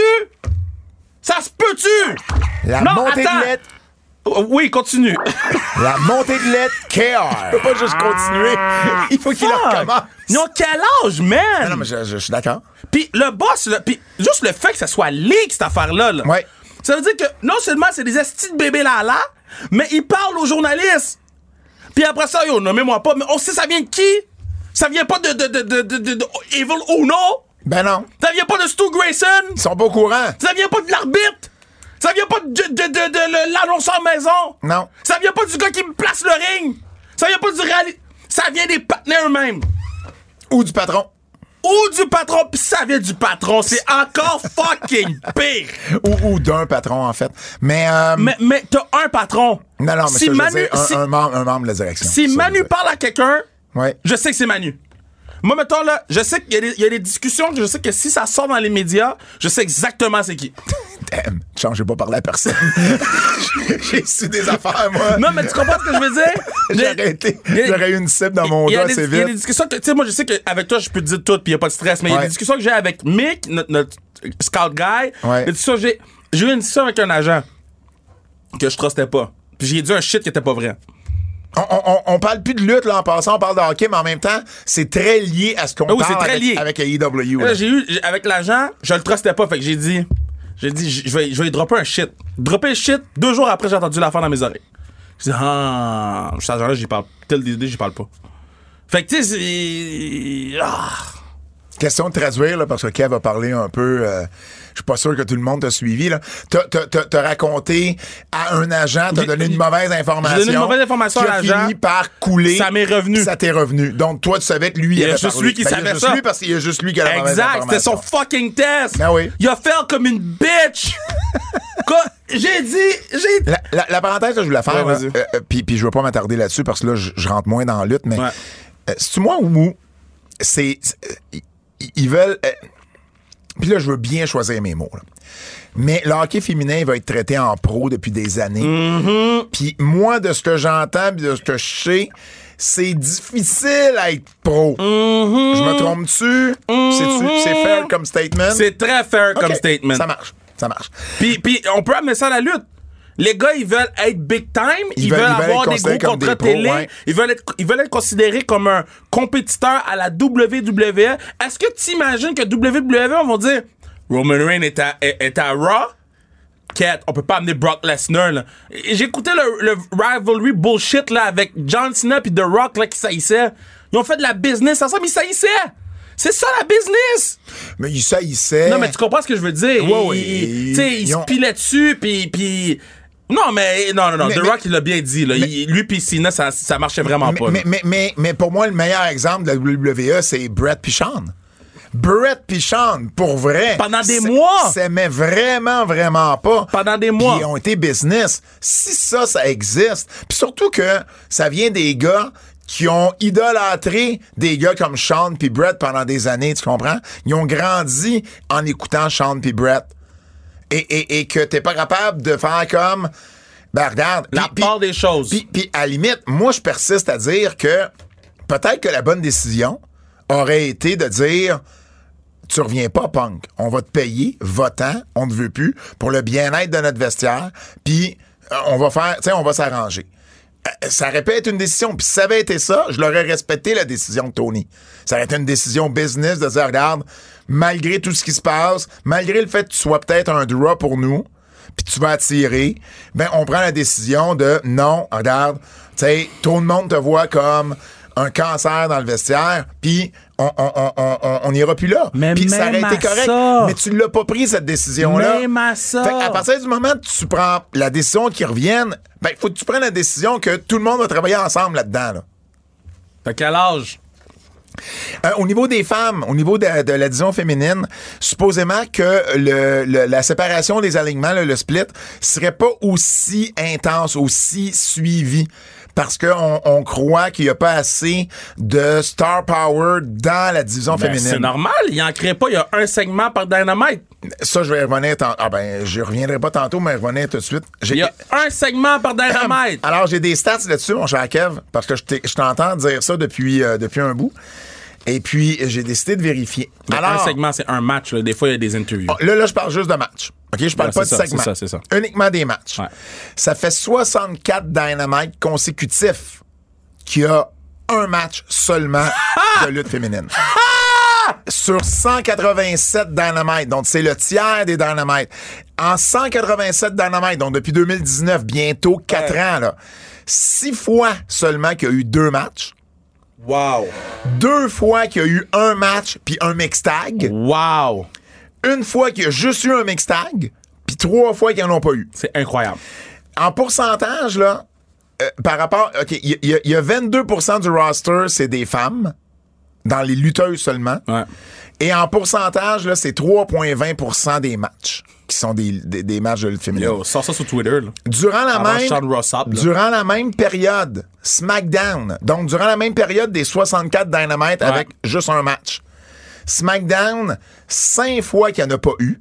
Ça se peut-tu? La non, montée attends. de lettres. Oh, oui, continue. La montée de lettres K R. Il peut pas juste continuer. Il faut qu'il Fuck. le recommence. Ils ont quel âge, man? Non, non, mais je, je, je suis d'accord. Puis le boss, là, puis juste le fait que ça soit leak, cette affaire-là, là, Ouais. ça veut dire que non seulement c'est des estis de bébés là là, mais ils parlent aux journalistes. Puis après ça, yo, nommez-moi pas, mais on sait ça vient de qui? Ça vient pas de, de, de, de, de, de, de Evil Uno? Ben non. Ça vient pas de Stu Grayson? Ils sont pas au courant. Ça vient pas de l'arbitre? Ça vient pas de, de, de, de, de l'annonceur maison? Non. Ça vient pas du gars qui me place le ring? Ça vient pas du réalité? Ça vient des partenaires eux-mêmes. Ou du patron. Ou du patron, pis ça vient du patron. C'est encore fucking pire. Ou, ou d'un patron, en fait. Mais, euh, Mais, mais t'as un patron. non, non, mais si ça, je veux Manu, dire, un, si, un, membre, un membre de la direction. si Ça, Manu je veux dire. parle à quelqu'un, Ouais. je sais que c'est Manu. Moi, mettons, là, je sais qu'il y a des, il y a des discussions, je sais que si ça sort dans les médias, je sais exactement c'est qui. Damn, changez pas parler à personne. J'ai su des affaires, moi. Non, mais tu comprends ce que je veux dire? J'ai arrêté. Il y a- J'aurais eu une cible dans mon Il y a dos des- assez Il y a des vite. discussions que, tu sais, moi, je sais qu'avec toi, je peux te dire tout, puis il n'y a pas de stress, mais il y a Ouais. des discussions que j'ai avec Mick, notre, notre scout guy. Ouais. Des discussions que j'ai, j'ai eu une discussion avec un agent que je trustais pas. Puis j'ai dit un shit qui était pas vrai. On, on, on parle plus de lutte, là, en passant, on parle de hockey, mais en même temps, c'est très lié à ce qu'on Ah oui, parle c'est très avec, lié. avec A E W. Là, là. j'ai eu, j'ai- avec l'agent, je le trustais pas, fait que j'ai dit, j'ai dit, je je vais, je vais lui dropper un shit. Dropper le shit, deux jours après, j'ai entendu l'affaire dans mes oreilles. J'ai dit, ah, cet agent-là, j'y parle, tel idée, j'y parle pas. Fait que, tu sais, c'est. Ah. Question de traduire, là, parce que Kev a parlé un peu. Euh, je suis pas sûr que tout le monde t'a suivi. Là. T'as, t'as, t'as, t'as raconté à un agent, t'as J'ai- donné une mauvaise information. j'ai donné une mauvaise information qui à a l'agent. fini par couler. Ça m'est revenu. Ça t'est revenu. Donc, toi, tu savais que lui, Il y a avait juste parlé. lui qui Ben, il y savait a juste ça. lui parce qu'il y a juste lui qui a la mauvaise Exact, c'était information. son fucking test. Ben oui. Il a fait comme une bitch. Quoi? J'ai dit, j'ai. La, la, la parenthèse que je voulais faire, Ouais, là, vas-y. euh, euh, puis, puis je veux pas m'attarder là-dessus parce que là, je, je rentre moins dans la lutte, mais Ouais. euh, c'est-tu moi ou c'est... c'est- euh, ils, ils veulent... euh, puis là, je veux bien choisir mes mots, là. Mais le hockey féminin il va être traité en pro depuis des années. Mm-hmm. Puis moi, de ce que j'entends puis de ce que je sais, c'est difficile à être pro. Mm-hmm. Je me trompe-tu? C'est-tu- C'est fair comme statement? C'est très fair OK, comme statement. Ça marche, ça marche. Puis, puis on peut amener ça à la lutte. Les gars, ils veulent être big time, ils, Ils veulent, veulent- ils veulent avoir être des gros considérés comme contrats des pros, télé, ouais. ils, veulent être, ils veulent être considérés comme un compétiteur à la W W E. Est-ce que tu imagines que W W E vont dire Roman Reigns est à, est, est à Raw? Cat, on peut pas amener Brock Lesnar, là. Et J'ai écouté le, le rivalry bullshit, là, avec John Cena pis The Rock, là, qui saillissait. Ils ont fait de la business ensemble, ils saillissaient. C'est ça, la business! Mais il saillissait. Non, mais tu comprends ce que je veux dire? Ouais, Il- ouais. il- Tu sais, il Ils se ont- pilait dessus, puis... puis... Non, mais... Non, non, non. Mais- The mais- Rock, il l'a bien dit. Là. Il- lui puis Cena, ça, ça marchait vraiment mais, pas. mais, là. mais, mais, mais pour moi, le meilleur exemple de la W W E, c'est Brett puis Sean. Brett puis Sean, pour vrai. Pendant des c'est- mois. S'aimaient vraiment, vraiment pas. Pendant des Puis mois. ils ont été business. Si ça, ça existe. Puis surtout que ça vient des gars qui ont idolâtré des gars comme Sean puis Brett pendant des années, tu comprends? Ils ont grandi en écoutant Sean puis Brett. Et, et, et que t'es pas capable de faire comme... Ben regarde... La puis- part des choses. Puis, puis, à la limite, moi, je persiste à dire que peut-être que la bonne décision aurait été de dire tu reviens pas, Punk. On va te payer, va-t'en, on ne veut plus, pour le bien-être de notre vestiaire, puis euh, on va faire, tu sais, on va s'arranger. Euh, Ça aurait pu être une décision. Puis si ça avait été ça, je l'aurais respecté, la décision de Tony. Ça aurait été une décision business de dire, regarde, malgré tout ce qui se passe, malgré le fait que tu sois peut-être un draw pour nous, puis tu vas attirer, ben on prend la décision de, non, regarde, tu sais, tout le monde te voit comme un cancer dans le vestiaire, puis on on on on on n'ira plus là. Mais Puis ça aurait même été à correct, ça. mais tu l'as pas pris cette décision-là. Même à ça. Fait à partir du moment que tu prends la décision qui revienne, ben il faut que tu prennes la décision que tout le monde va travailler ensemble là-dedans. Là. T'as quel âge? Euh, au niveau des femmes, au niveau de, de la division féminine, supposément que le, le, la séparation des alignements, là, le split, serait pas aussi intense, aussi suivi. Parce qu'on on croit qu'il n'y a pas assez de star power dans la division Ben, féminine. c'est normal, il en crée pas, il y a un segment par Dynamite. Ça, je vais y revenir tantôt. Ah ben, je reviendrai pas tantôt, mais je vais revenir tout de suite. J'ai... Il y a un segment par Dynamite. Alors, j'ai des stats là-dessus, mon cher Kev, parce que je, je t'entends dire ça depuis, euh, depuis un bout. Et puis, j'ai décidé de vérifier. Mais Alors, un segment, c'est un match. Là. Des fois, il y a des interviews. Là, là, je parle juste de match. OK? Je parle Ouais, pas de c'est ça, segment. c'est ça, c'est ça. Uniquement des matchs. Ouais. Ça fait soixante-quatre Dynamite consécutifs qu'il y a un match seulement de lutte féminine. Sur cent quatre-vingt-sept Dynamite, donc c'est le tiers des Dynamite. En cent quatre-vingt-sept Dynamite, donc depuis deux mille dix-neuf, bientôt quatre Ouais. ans, là, six fois seulement qu'il y a eu deux matchs. Wow. Deux fois qu'il y a eu un match puis un mix tag. Wow. Une fois qu'il y a juste eu un mix tag, puis trois fois qu'ils n'en ont pas eu. C'est incroyable. En pourcentage, là, euh, par rapport... OK, il y, y, y a vingt-deux pour cent du roster, c'est des femmes, dans les lutteuses seulement. Ouais. Et en pourcentage, là, c'est trois virgule vingt pour cent des matchs qui sont des, des, des matchs de lutte féminine. Yo, sors ça sur Twitter. Là. Durant la Avant même... Sean Rossap, là. Durant la même période, SmackDown, donc durant la même période des soixante-quatre Dynamite Ouais. avec juste un match. SmackDown, cinq fois qu'il n'y en a pas eu.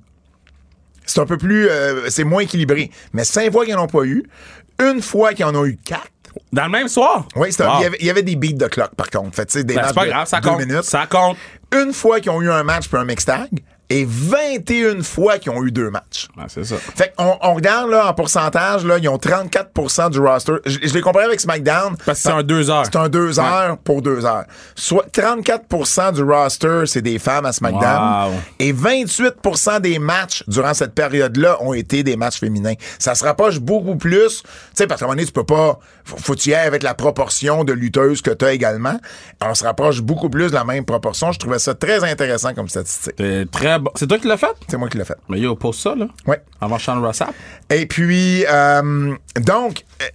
C'est un peu plus... euh, c'est moins équilibré. Mais cinq fois qu'ils n'en ont pas eu. Une fois qu'ils en ont eu quatre. Dans le même soir? Oui, c'était- Wow. il, y avait, il y avait des beats de clock, par contre. Fait, tu sais, des Ben, matchs c'est pas de grave, ça deux compte. minutes. Ça compte. Une fois qu'ils ont eu un match puis un mix tag. Et vingt et une fois qu'ils ont eu deux matchs. Ah, c'est ça. Fait qu'on on regarde là, en pourcentage, là, ils ont trente-quatre pour cent du roster. Je, je l'ai comparé avec SmackDown. Parce que c'est un deux heures. C'est un deux heures pour deux heures. Soit trente-quatre pour cent du roster, c'est des femmes à SmackDown. Wow. Et vingt-huit pour cent des matchs durant cette période-là ont été des matchs féminins. Ça se rapproche beaucoup plus. Tu sais, parce qu'à un moment donné, tu peux pas... Faut, faut que tu y ailles avec la proportion de lutteuses que tu as également. On se rapproche beaucoup plus de la même proportion. Je trouvais ça très intéressant comme statistique. C'est très bon. C'est toi qui l'as fait? C'est moi qui l'ai fait. Mais yo, pose ça, là. Ouais. Avant Sean Rossap. Et puis, euh, donc, euh,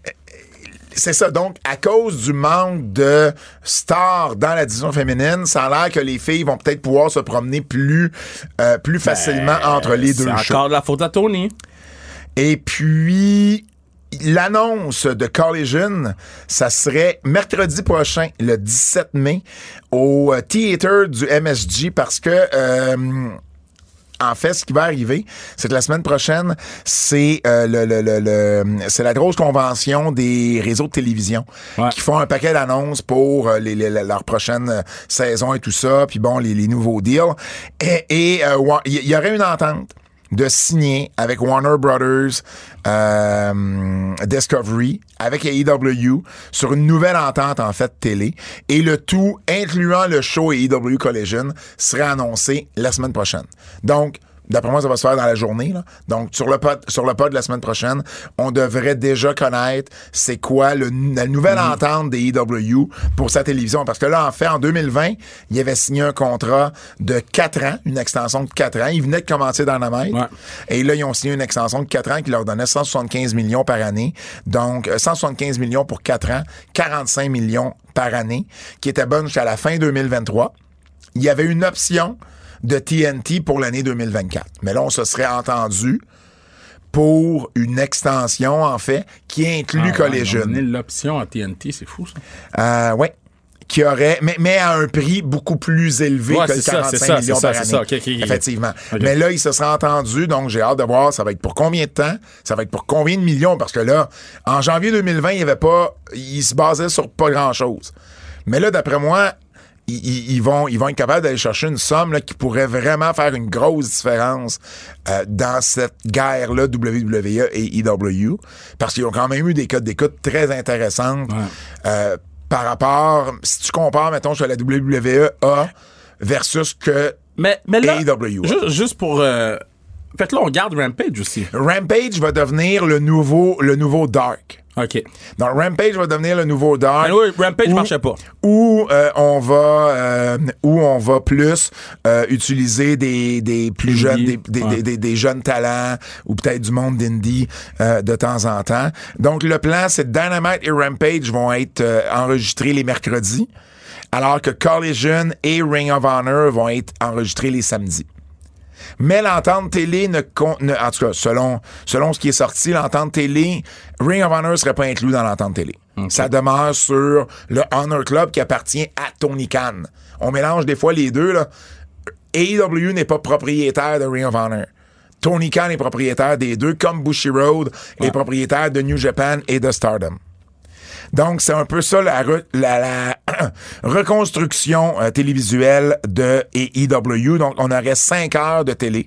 c'est ça. Donc, à cause du manque de stars dans la division féminine, ça a l'air que les filles vont peut-être pouvoir se promener plus, euh, plus facilement Ben, entre les deux C'est shows. encore de la faute à Tony. Et puis, l'annonce de Collision, ça serait mercredi prochain, le dix-sept mai, au euh, Theater du M S G, parce que... Euh, en fait, ce qui va arriver, c'est que la semaine prochaine, c'est euh, le, le, le, le c'est la grosse convention des réseaux de télévision Ouais. qui font un paquet d'annonces pour euh, les, les, leur prochaine euh, saison et tout ça, puis bon, les, les nouveaux deals. Et il euh, y, y aurait une entente de signer avec Warner Brothers euh, Discovery, avec A E W, sur une nouvelle entente, en fait, télé. Et le tout, incluant le show A E W Collision, serait annoncé la semaine prochaine. Donc, d'après moi, ça va se faire dans la journée, là. Donc, sur le pod, sur le pod de la semaine prochaine, on devrait déjà connaître c'est quoi le, la nouvelle Mm-hmm. entente des A E W pour sa télévision. Parce que là, en fait, en deux mille vingt, il avait signé un contrat de quatre ans, une extension de quatre ans. Il venait de commencer dans la Dynamite. Ouais. Et là, ils ont signé une extension de quatre ans qui leur donnait cent soixante-quinze millions par année. Donc, euh, cent soixante-quinze millions pour quatre ans, quarante-cinq millions par année, qui était bonne jusqu'à la fin deux mille vingt-trois. Il y avait une option de T N T pour l'année deux mille vingt-quatre. Mais là, on se serait entendu pour une extension, en fait, qui inclut Collision. On a l'option à T N T, c'est fou, ça. Euh, ouais. Qui aurait, mais, mais à un prix beaucoup plus élevé Ouais, que le c'est ça, quarante-cinq c'est ça, millions c'est ça, par c'est année. ça. Ok, ok, ok. Effectivement. Ok. Mais là, il se sera entendu, donc j'ai hâte de voir, ça va être pour combien de temps, ça va être pour combien de millions, parce que là, en janvier deux mille vingt, il y avait pas, il se basait sur pas grand-chose. Mais là, d'après moi, ils, ils, vont, ils vont être capables d'aller chercher une somme là, qui pourrait vraiment faire une grosse différence euh, dans cette guerre-là, W W E et E W, parce qu'ils ont quand même eu des codes d'écoute très intéressantes. Ouais. Euh, par rapport, si tu compares, mettons, sur la W W E A versus que Mais, mais là, A E W. ju- juste pour... Euh... Fait là, on garde Rampage aussi. Rampage va devenir le nouveau, le nouveau Dark. OK. Donc, Rampage va devenir le nouveau Dark. Mais oui, Rampage où- marchait pas. Où euh, on va euh, où on va plus euh, utiliser des, des plus Indie, jeunes des, des, ouais. des, des, des jeunes talents ou peut-être du monde d'indie euh, de temps en temps. Donc le plan, c'est que Dynamite et Rampage vont être euh, enregistrés les mercredis alors que Collision et Ring of Honor vont être enregistrés les samedis. Mais l'entente télé ne compte... En tout cas, selon, selon ce qui est sorti, l'entente télé, Ring of Honor ne serait pas inclus dans l'entente télé. Okay. Ça demeure sur le Honor Club qui appartient à Tony Khan. On mélange des fois les deux, là. A E W n'est pas propriétaire de Ring of Honor. Tony Khan est propriétaire des deux, comme Bushiroad ouais. est propriétaire de New Japan et de Stardom. Donc, c'est un peu ça la, re, la, la reconstruction euh, télévisuelle de A E W. Donc, on aurait cinq heures de télé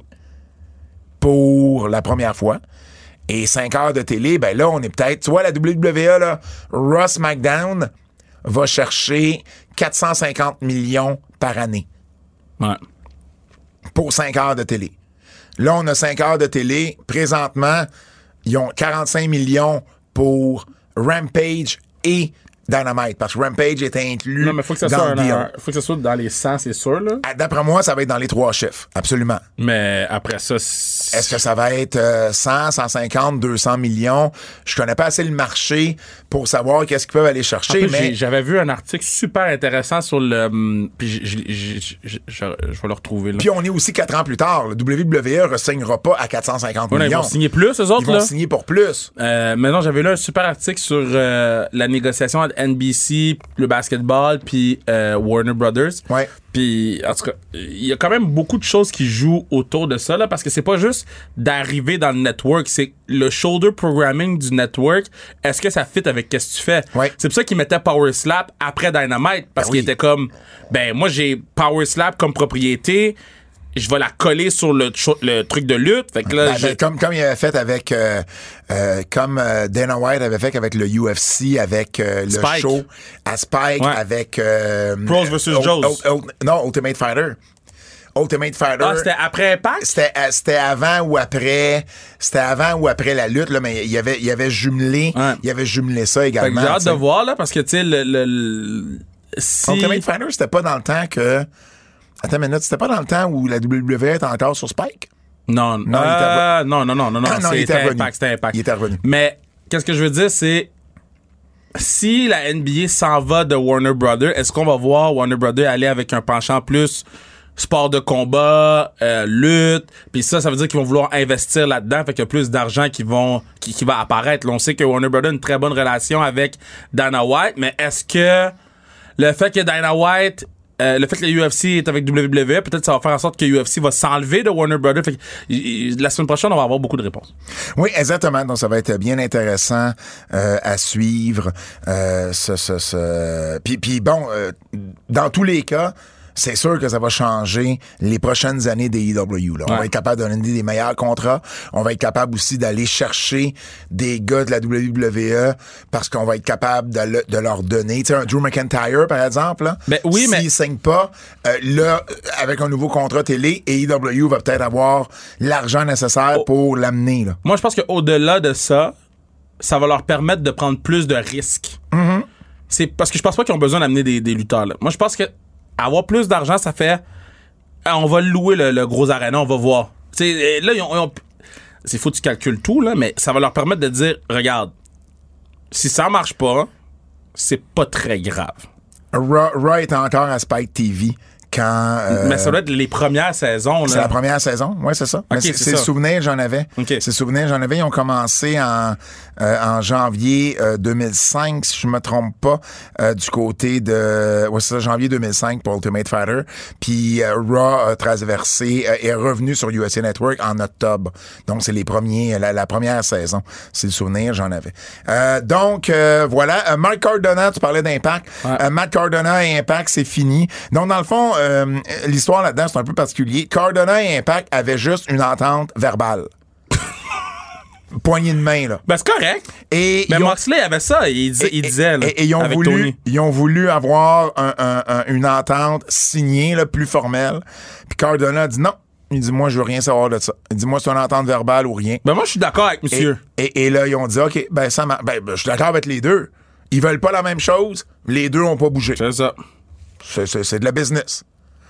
pour la première fois. Et cinq heures de télé, ben là, on est peut-être... Tu vois, la W W E, là, Raw SmackDown va chercher quatre cent cinquante millions par année. Ouais. Pour cinq heures de télé. Là, on a cinq heures de télé. Présentement, ils ont quarante-cinq millions pour Rampage et Dynamite, parce que Rampage est inclus non, mais faut que ça dans soit le deal. Un, faut que ça soit dans les cent, c'est sûr, là. D'après moi, ça va être dans les trois chiffres, absolument. Mais après ça... C'est... Est-ce que ça va être euh, cent, cent cinquante, deux cents millions? Je connais pas assez le marché pour savoir qu'est-ce qu'ils peuvent aller chercher, plus, mais... J'avais vu un article super intéressant sur le... Hum, puis je, je, je, je, je, je vais le retrouver, là. Puis on est aussi quatre ans plus tard. Le W W E ne re-signera pas à quatre cent cinquante ouais, millions. Ils vont signer plus, eux autres, Ils vont là. signer pour plus. Euh, mais non, j'avais lu un super article sur euh, la négociation entre N B C, le basketball, puis euh, Warner Brothers. Ouais. Puis, en tout cas, il y a quand même beaucoup de choses qui jouent autour de ça, là, parce que c'est pas juste d'arriver dans le network, c'est le shoulder programming du network. Est-ce que ça fit avec qu'est-ce que tu fais? Ouais. C'est pour ça qu'ils mettaient Power Slap après Dynamite, parce ben qu'il oui. était comme, ben, moi, j'ai Power Slap comme propriété, je vais la coller sur le, le truc de lutte. Fait que là, ben, ben, comme, comme il avait fait avec... Euh, euh, comme euh, Dana White avait fait avec le U F C, avec euh, le Spike. show à Spike, ouais. avec... Euh, Pros versus Joes. Non, Ultimate Fighter. Ultimate Fighter. Ah, c'était après Impact? C'était, c'était avant ou après... C'était avant ou après la lutte, là, mais il y avait, il y avait jumelé... Ouais. Il y avait jumelé ça également. Fait que j'ai hâte t'sais. de voir, là, parce que, tu sais, le... le, le si... Ultimate Fighter, c'était pas dans le temps que... Attends une minute, c'était pas dans le temps où la W W E était encore sur Spike? Non, non, euh, il non, non, non, non, non, ah, non, c'était il Impact, c'était Impact. Il était revenu. Mais, qu'est-ce que je veux dire, c'est, si la N B A s'en va de Warner Brothers, est-ce qu'on va voir Warner Brothers aller avec un penchant plus sport de combat, euh, lutte, puis ça, ça veut dire qu'ils vont vouloir investir là-dedans, fait qu'il y a plus d'argent qui vont, qui, qui va apparaître. Là, on sait que Warner Brothers a une très bonne relation avec Dana White, mais est-ce que le fait que Dana White Euh, le fait que le U F C est avec W W E, peut-être ça va faire en sorte que U F C va s'enlever de Warner Brothers. Fait que, y, y, la semaine prochaine, on va avoir beaucoup de réponses. Oui, exactement. Donc, ça va être bien intéressant euh, à suivre. Euh, ce, ce, ce... Puis, puis bon, euh, dans tous les cas, c'est sûr que ça va changer les prochaines années des A E W. Là. On ouais. va être capable de donner des meilleurs contrats. On va être capable aussi d'aller chercher des gars de la W W E parce qu'on va être capable de, le, de leur donner. Tu sais, un Drew McIntyre, par exemple, là, ben, oui, s'il mais... ne signe pas, euh, là, avec un nouveau contrat télé, A E W va peut-être avoir l'argent nécessaire oh. pour l'amener. Là. Moi, je pense qu'au-delà de ça, ça va leur permettre de prendre plus de risques. Mm-hmm. C'est parce que je pense pas qu'ils ont besoin d'amener des, des lutteurs. Là. Moi, je pense que avoir plus d'argent, ça fait... On va louer le, le gros aréna, on va voir. T'sais, là, ils ont, ils ont, c'est fou que tu calcules tout, là, mais ça va leur permettre de dire, regarde, si ça marche pas, c'est pas très grave. Raw, Raw est encore à Spike T V. Quand, euh, mais ça doit être les premières saisons. Là. C'est la première saison, oui, c'est ça. Okay, c'est, c'est c'est le souvenir, j'en avais. Okay. C'est le souvenir, j'en avais. Ils ont commencé en, euh, en janvier euh, deux mille cinq, si je me trompe pas, euh, du côté de... Ouais, c'est ça, janvier deux mille cinq pour Ultimate Fighter. Puis euh, Raw a traversé, euh, est revenu sur U S A Network en octobre. Donc, c'est les premiers, la, la première saison. C'est le souvenir, j'en avais. Euh, donc, euh, voilà. Euh, Mark Cardona, tu parlais d'Impact. Ouais. Euh, Matt Cardona et Impact, c'est fini. Donc, dans le fond... Euh, l'histoire là-dedans, c'est un peu particulier. Cardona et Impact avaient juste une entente verbale. Poignée de main, là. Ben, c'est correct. Et mais ont... Moxley avait ça, il, dis, et, il disait, là, et, et ils, ont avec voulu, Tony. ils ont voulu avoir un, un, un, une entente signée, là, plus formelle. Puis Cardona a dit non. Il dit, moi, je veux rien savoir de ça. Il dit, moi, c'est une entente verbale ou rien. Ben, moi, je suis d'accord avec monsieur. Et, et, et là, ils ont dit, OK, ben, ça m'a... Ben, je suis d'accord avec les deux. Ils veulent pas la même chose. Les deux ont pas bougé. C'est ça. C'est, c'est, c'est de la business.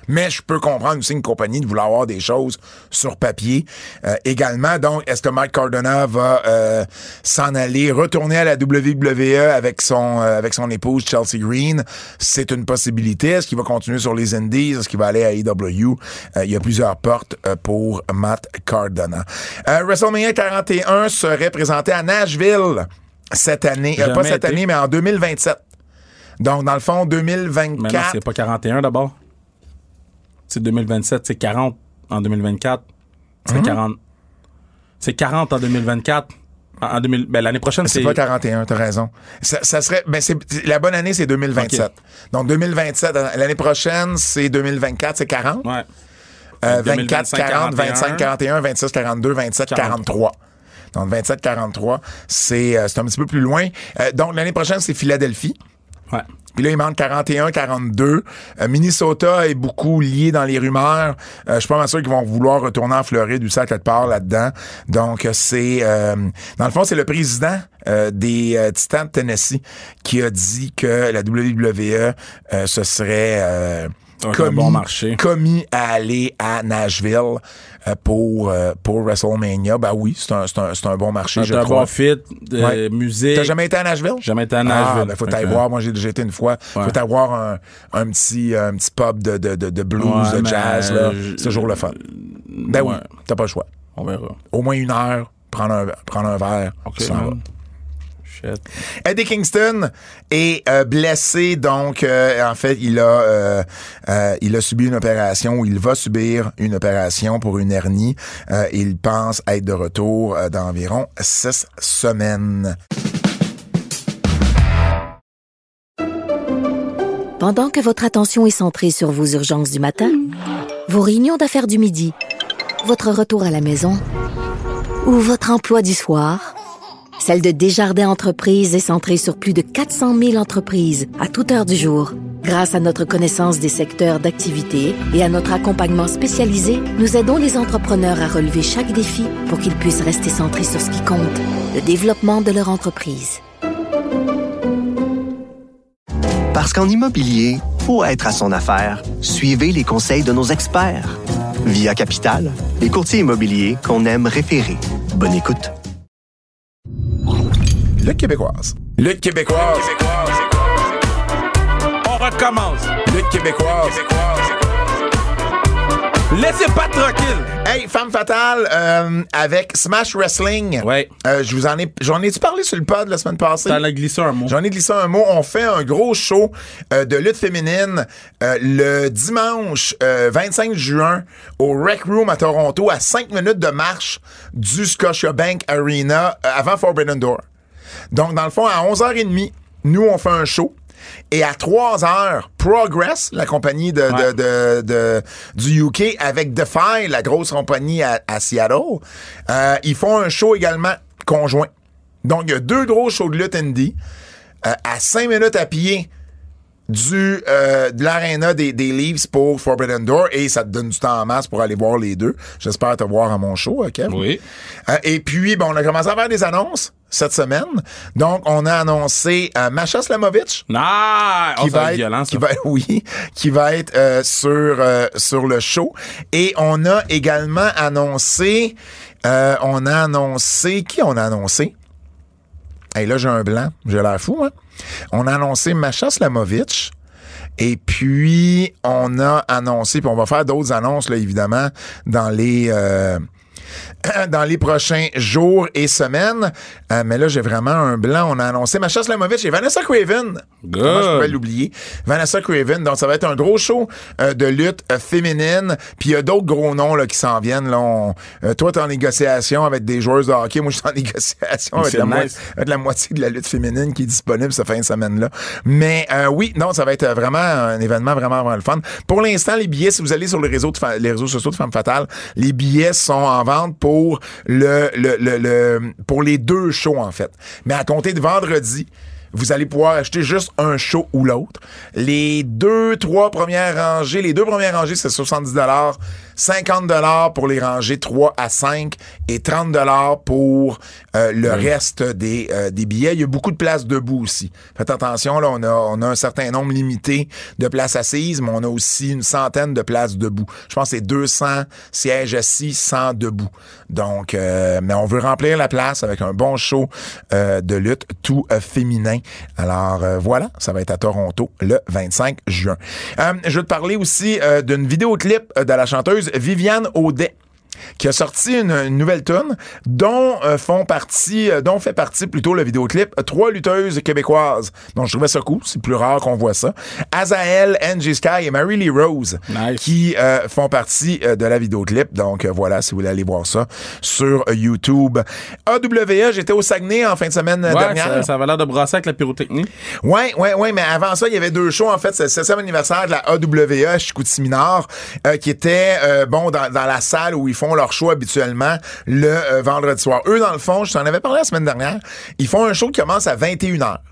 Mais je peux comprendre aussi une compagnie de vouloir avoir des choses sur papier. Euh, également, donc, est-ce que Mike Cardona va euh, s'en aller, retourner à la W W E avec son euh, avec son épouse Chelsea Green? C'est une possibilité. Est-ce qu'il va continuer sur les Indies? Est-ce qu'il va aller à A E W? Euh, il y a plusieurs portes euh, pour Matt Cardona. Euh, WrestleMania quarante et un serait présenté à Nashville cette année. Euh, pas cette été. année, mais en deux mille vingt-sept. Donc, dans le fond, deux mille vingt-quatre... Mais non, c'est pas quarante et un d'abord. C'est deux mille vingt-sept, c'est quarante en deux mille vingt-quatre. C'est mm-hmm. quarante. C'est quarante en deux mille vingt-quatre. En, en deux mille, ben, l'année prochaine, c'est... C'est pas quarante et un, t'as raison. Ça, ça serait... Ben, c'est, la bonne année, c'est deux mille vingt-sept. Okay. Donc, deux mille vingt-sept, l'année prochaine, c'est deux mille vingt-quatre, c'est quarante. Ouais. Euh, vingt-quatre, quarante, vingt-cinq, quarante et un, vingt-six, quarante-deux, vingt-sept, quarante-trois. Donc, vingt-sept, quarante-trois, c'est, euh, c'est un petit peu plus loin. Euh, donc, l'année prochaine, c'est Philadelphie. Ouais. Puis là, il manque quarante et un, quarante-deux. Euh, Minnesota est beaucoup lié dans les rumeurs. Euh, je suis pas mal sûr qu'ils vont vouloir retourner en Floride ou ça quelque part là-dedans. Donc, c'est... Euh, dans le fond, c'est le président euh, des euh, Titans de Tennessee qui a dit que la W W E euh, se serait... Euh, Commis, bon marché. commis à aller à Nashville euh, pour euh, pour WrestleMania. Ben oui, c'est un c'est un c'est un bon marché, c'est je un crois. bon fit, de ouais. musique. T'as jamais été à Nashville? Jamais été à Nashville. Ah, ben faut t'aller voir. Moi, j'ai déjà été une fois. Ouais. Faut t'aller voir un un petit un petit pub de de de, de blues, ouais, de jazz là. Je... C'est toujours le fun. Ben ouais. oui, t'as pas le choix. On verra. Au moins une heure, prendre un prendre un verre. Okay, Eddie Kingston est euh, blessé, donc euh, en fait il a euh, euh, il a subi une opération, ou il va subir une opération pour une hernie. Euh, il pense être de retour euh, dans environ six semaines. Pendant que votre attention est centrée sur vos urgences du matin, vos réunions d'affaires du midi, votre retour à la maison ou votre emploi du soir, celle de Desjardins Entreprises est centrée sur plus de quatre cent mille entreprises à toute heure du jour. Grâce à notre connaissance des secteurs d'activité et à notre accompagnement spécialisé, nous aidons les entrepreneurs à relever chaque défi pour qu'ils puissent rester centrés sur ce qui compte, le développement de leur entreprise. Parce qu'en immobilier, pour être à son affaire, suivez les conseils de nos experts. Via Capital, les courtiers immobiliers qu'on aime référer. Bonne écoute. Lutte québécoise. Lutte québécoise. On recommence. Lutte québécoise. Laissez pas tranquille. Hey, Femme Fatale, euh, avec Smash Wrestling. Ouais. Euh, je vous en ai, j'en ai-tu parlé sur le pod la semaine passée? T'en as glissé un mot. J'en ai glissé un mot. On fait un gros show euh, de lutte féminine euh, le dimanche euh, vingt-cinq juin au Rec Room à Toronto, à cinq minutes de marche du Scotiabank Arena euh, avant Forbidden Door. Donc, dans le fond, à onze heures trente, nous, on fait un show. Et à trois heures, Progress, la compagnie de, ouais. de, de, de, du U K, avec Defy, la grosse compagnie à, à Seattle, euh, ils font un show également conjoint. Donc, il y a deux gros shows de lutte indie euh, à cinq minutes à pied du euh, de l'aréna des, des Leafs pour Forbidden Door, et ça te donne du temps en masse pour aller voir les deux. J'espère te voir à mon show, OK? Oui. Euh, et puis, bon, on a commencé à faire des annonces cette semaine. Donc, on a annoncé euh, Masha Slamovich. Ah! Qui oh, va être, violent, qui va, oui, qui va être euh, sur, euh, sur le show. Et on a également annoncé, euh, on a annoncé, qui on a annoncé? Hey, là, j'ai un blanc. J'ai l'air fou, hein? On a annoncé Masha Slamovich. Et puis, on a annoncé, puis on va faire d'autres annonces, là, évidemment, dans les... Euh, dans les prochains jours et semaines. Euh, mais là, j'ai vraiment un blanc. On a annoncé Masha Slamovich et Vanessa Craven. Good. Comment je pouvais l'oublier? Vanessa Craven. Donc, ça va être un gros show euh, de lutte euh, féminine. Puis, il y a d'autres gros noms là, qui s'en viennent. Là. On, euh, toi, t'es en négociation avec des joueuses de hockey. Moi, je suis en négociation avec la, nice. mo- avec la moitié de la lutte féminine qui est disponible cette fin de semaine-là. Mais euh, oui, non, ça va être vraiment un événement vraiment, vraiment le fun. Pour l'instant, les billets, si vous allez sur les réseaux, de fa- les réseaux sociaux de Femme Fatale, les billets sont en vente pour le, le, le, le pour les deux shows, en fait. Mais à compter de vendredi, vous allez pouvoir acheter juste un show ou l'autre. Les deux, trois premières rangées, les deux premières rangées, c'est soixante-dix dollars cinquante dollars pour les rangées trois à cinq et trente dollars pour euh, le mmh. reste des, euh, des billets. Il y a beaucoup de places debout aussi. Faites attention, là, on a, on a un certain nombre limité de places assises, mais on a aussi une centaine de places debout. Je pense que c'est deux cents sièges assis, cent debout. Donc, euh, mais on veut remplir la place avec un bon show euh, de lutte tout euh, féminin. Alors, euh, voilà, ça va être à Toronto le vingt-cinq juin. Euh, je vais te parler aussi euh, d'une vidéoclip de la chanteuse Viviane Audet, qui a sorti une, une nouvelle tune dont euh, font partie, euh, dont fait partie plutôt le vidéoclip euh, trois lutteuses québécoises. Donc je trouvais ça cool, c'est plus rare qu'on voit ça. Azael, Angie Sky et Mary Lee Rose nice. qui euh, font partie euh, de la vidéoclip. Donc euh, voilà, si vous voulez aller voir ça sur euh, YouTube. A W E, j'étais au Saguenay en fin de semaine ouais, dernière. Ça, ça avait l'air de brasser avec la pyrotechnie. Ouais, ouais, ouais, mais avant ça, il y avait deux shows en fait. C'est le septième anniversaire de la A W E à Chicoutimi-Nord euh, qui était euh, bon dans, dans la salle où ils font leur show habituellement le euh, vendredi soir. Eux, dans le fond, je t'en avais parlé la semaine dernière, ils font un show qui commence à vingt et une heures.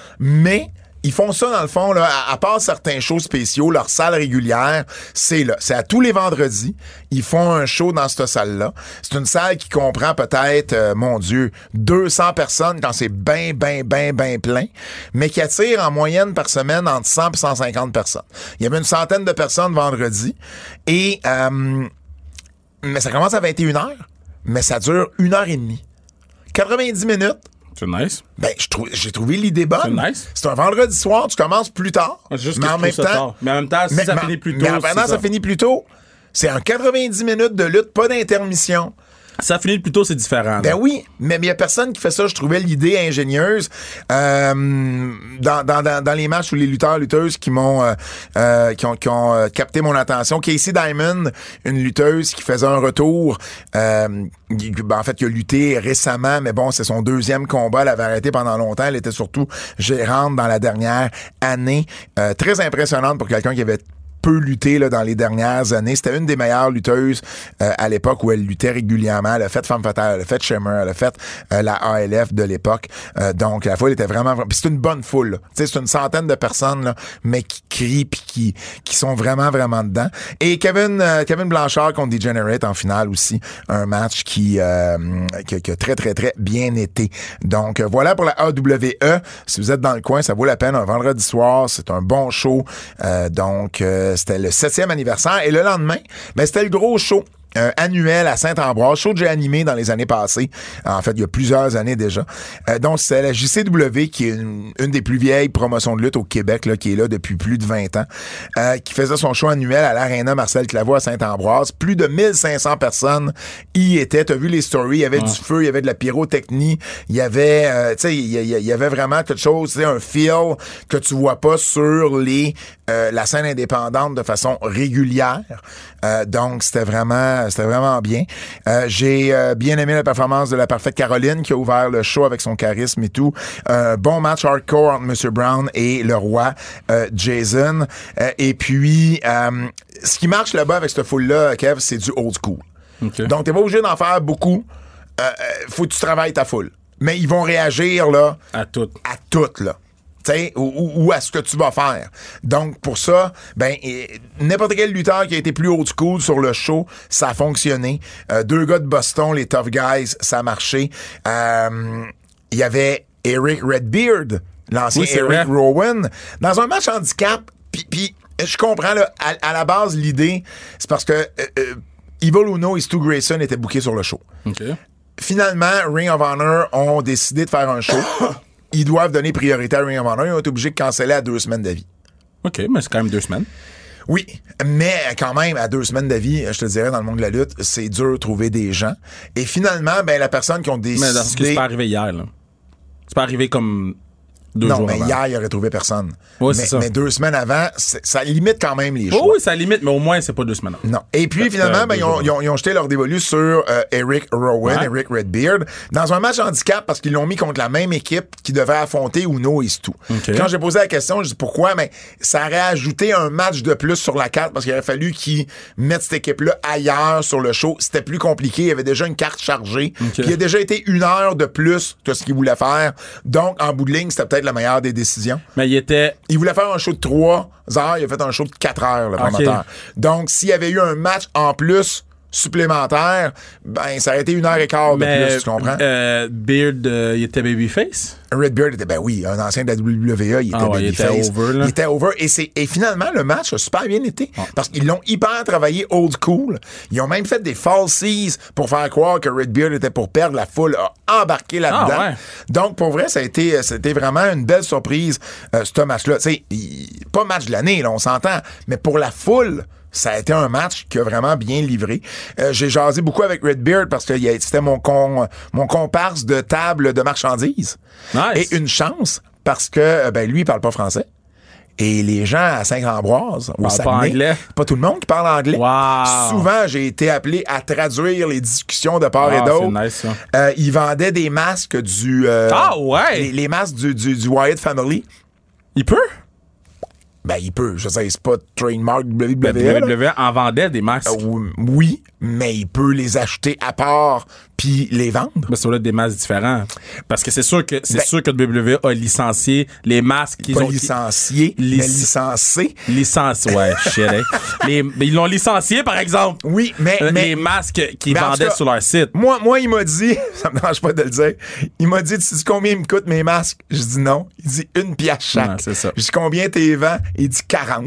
Mais ils font ça, dans le fond, là, à, à part certains shows spéciaux, leur salle régulière, c'est là. C'est à tous les vendredis. Ils font un show dans cette salle-là. C'est une salle qui comprend peut-être, euh, mon Dieu, deux cents personnes quand c'est ben, ben, ben, ben plein, mais qui attire en moyenne par semaine entre cent et cent cinquante personnes. Il y avait une centaine de personnes vendredi. Et... Euh, mais ça commence à vingt et une heures, mais ça dure une heure et demie. quatre-vingt-dix minutes. C'est nice. Ben, je trou- j'ai trouvé l'idée bonne. C'est nice. C'est un vendredi soir, tu commences plus tard. C'est juste mais, que en je même trouve ça temps, tard. mais en même temps, si mais, ça mais, finit plus tôt. Mais pendant, ça, ça finit plus tôt. C'est un quatre-vingt-dix minutes de lutte, pas d'intermission. Ça finit plus tôt, c'est différent. Ben là. oui, mais il y a personne qui fait ça. Je trouvais l'idée ingénieuse. Euh, dans, dans, dans, dans les matchs où les lutteurs, lutteuses qui m'ont euh, euh, qui ont, qui ont euh, capté mon attention. Casey Diamond, une lutteuse qui faisait un retour. Euh, ben, en fait, qui a lutté récemment, mais bon, c'est son deuxième combat. Elle avait arrêté pendant longtemps. Elle était surtout gérante dans la dernière année. Euh, très impressionnante pour quelqu'un qui avait peu lutté là, dans les dernières années. C'était une des meilleures lutteuses euh, à l'époque où elle luttait régulièrement. Elle a fait Femme Fatale, elle a fait Shimmer, elle a fait euh, la A L F de l'époque. Euh, donc, la foule était vraiment... Puis c'est une bonne foule. Tu sais, c'est une centaine de personnes, là, mais qui crient puis qui, qui sont vraiment, vraiment dedans. Et Kevin euh, Kevin Blanchard contre Degenerate en finale aussi. Un match qui, euh, qui, qui a très, très, très bien été. Donc, euh, voilà pour la A W E. Si vous êtes dans le coin, ça vaut la peine. Un vendredi soir, c'est un bon show. Euh, donc... Euh, c'était le septième anniversaire. Et le lendemain, ben, c'était le gros show. Euh, annuel à Saint-Ambroise, show que j'ai animé dans les années passées. En fait, il y a plusieurs années déjà. Euh, donc, c'est la J C W, qui est une, une des plus vieilles promotions de lutte au Québec, là, qui est là depuis plus de vingt ans, euh, qui faisait son show annuel à l'Arena Marcel Claveau à Saint-Ambroise. Plus de mille cinq cents personnes y étaient. T'as vu les stories, il y avait ouais. du feu, il y avait de la pyrotechnie, il y avait, euh, tu sais, il y, y, y avait vraiment quelque chose, tu sais, un feel que tu vois pas sur les euh, la scène indépendante de façon régulière. Euh, donc, c'était vraiment C'était vraiment bien. Euh, j'ai euh, bien aimé la performance de la Parfaite Caroline qui a ouvert le show avec son charisme et tout. Un euh, bon match hardcore entre M. Brown et le roi euh, Jason. Euh, et puis, euh, ce qui marche là-bas avec cette foule-là, Kev, c'est du old school. Okay. Donc, t'es pas obligé d'en faire beaucoup. Euh, faut que tu travailles ta foule. Mais ils vont réagir là à tout. À tout, là. T'sais, ou, ou, ou à ce que tu vas faire. Donc, pour ça, ben, et, n'importe quel lutteur qui a été plus old school sur le show, ça a fonctionné. Euh, deux gars de Boston, les Tough Guys, ça a marché. Il euh, y avait Eric Redbeard, l'ancien oui, Eric vrai. Rowan, dans un match handicap. Puis, je comprends, là, à, à la base, l'idée, c'est parce que euh, euh, Evil Uno et Stu Grayson étaient bookés sur le show. Okay. Finalement, Ring of Honor ont décidé de faire un show. Ils doivent donner priorité à Ring of Honor. Ils ont été obligés de canceller à deux semaines d'avis. OK, mais c'est quand même deux semaines. Oui, mais quand même, à deux semaines d'avis, je te dirais, dans le monde de la lutte, c'est dur de trouver des gens. Et finalement, ben la personne qui ont décidé... Mais parce que c'est pas arrivé hier, là. C'est pas arrivé comme... Deux non, jours mais avant. Hier, il aurait trouvé personne. Oui, mais, c'est ça. mais deux semaines avant, c'est, ça limite quand même les choix. Oh, oui, ça limite, mais au moins, c'est pas deux semaines avant. Non. Et puis, finalement, euh, ben, ils, ont, ils, ont, ils ont jeté leur dévolu sur euh, Eric Rowan, ouais. Eric Redbeard, dans un match handicap parce qu'ils l'ont mis contre la même équipe qui devait affronter Uno et Stu. Okay. Quand j'ai posé la question, je dis pourquoi, mais ça aurait ajouté un match de plus sur la carte parce qu'il aurait fallu qu'ils mettent cette équipe-là ailleurs sur le show. C'était plus compliqué. Il y avait déjà une carte chargée. Okay. Puis il a déjà été une heure de plus que ce qu'ils voulaient faire. Donc, en bout de ligne, c'était peut-être peut-être la meilleure des décisions. Mais il était... Il voulait faire un show de trois heures, il a fait un show de quatre heures, le promoteur. Okay. Donc, s'il y avait eu un match en plus supplémentaire, ben, ça aurait été une heure et quart de Mais, plus, tu comprends? Euh, Beard, euh, il était babyface? Red Beard était, ben oui, un ancien de la W W E, il était Ah ouais, babyface. il était over, là. Il était over. Et, c'est, et finalement, le match a super bien été. Ah. Parce qu'ils l'ont hyper travaillé old school. Ils ont même fait des falsies pour faire croire que Red Beard était pour perdre. La foule a embarqué là-dedans. Ah ouais. Donc, pour vrai, ça a été, c'était vraiment une belle surprise, euh, ce match-là. Tu sais, pas match de l'année, là, on s'entend. Mais pour la foule, ça a été un match qui a vraiment bien livré. Euh, j'ai jasé beaucoup avec Redbeard parce que c'était mon, con, mon comparse de table de marchandises. Nice. Et une chance parce que ben, lui, il parle pas français. Et les gens à Saint-Ambroise, au Saguenay, pas tout le monde qui parle anglais. Wow. Souvent, j'ai été appelé à traduire les discussions de part wow, et d'autre. C'est nice, ça. Euh, ils vendaient des masques du... Euh, ah ouais! Les, les masques du, du, du Wyatt Family. Il peut? Ben, il peut. Je sais, c'est pas trademark W W E. W W E en vendait des masques. Euh, oui, mais il peut les acheter à part puis les vendre. Mais c'est là des masques différents. Parce que c'est sûr que c'est ben, sûr que W W E a licencié les masques qu'ils pas ont licencié, lic- mais licencé. Licencié, ouais, shit. Hein. les, ils l'ont licencié, par exemple. Oui, mais, Euh, mais les masques qu'ils mais en vendaient tout cas, sur leur site. Moi, moi, il m'a dit, ça me dérange pas de le dire, il m'a dit, tu sais combien ils me coûtent mes masques? Je dis non. Il dit une pièce chaque. Ouais, c'est ça. Je dis combien t'es vends? Il dit quarante.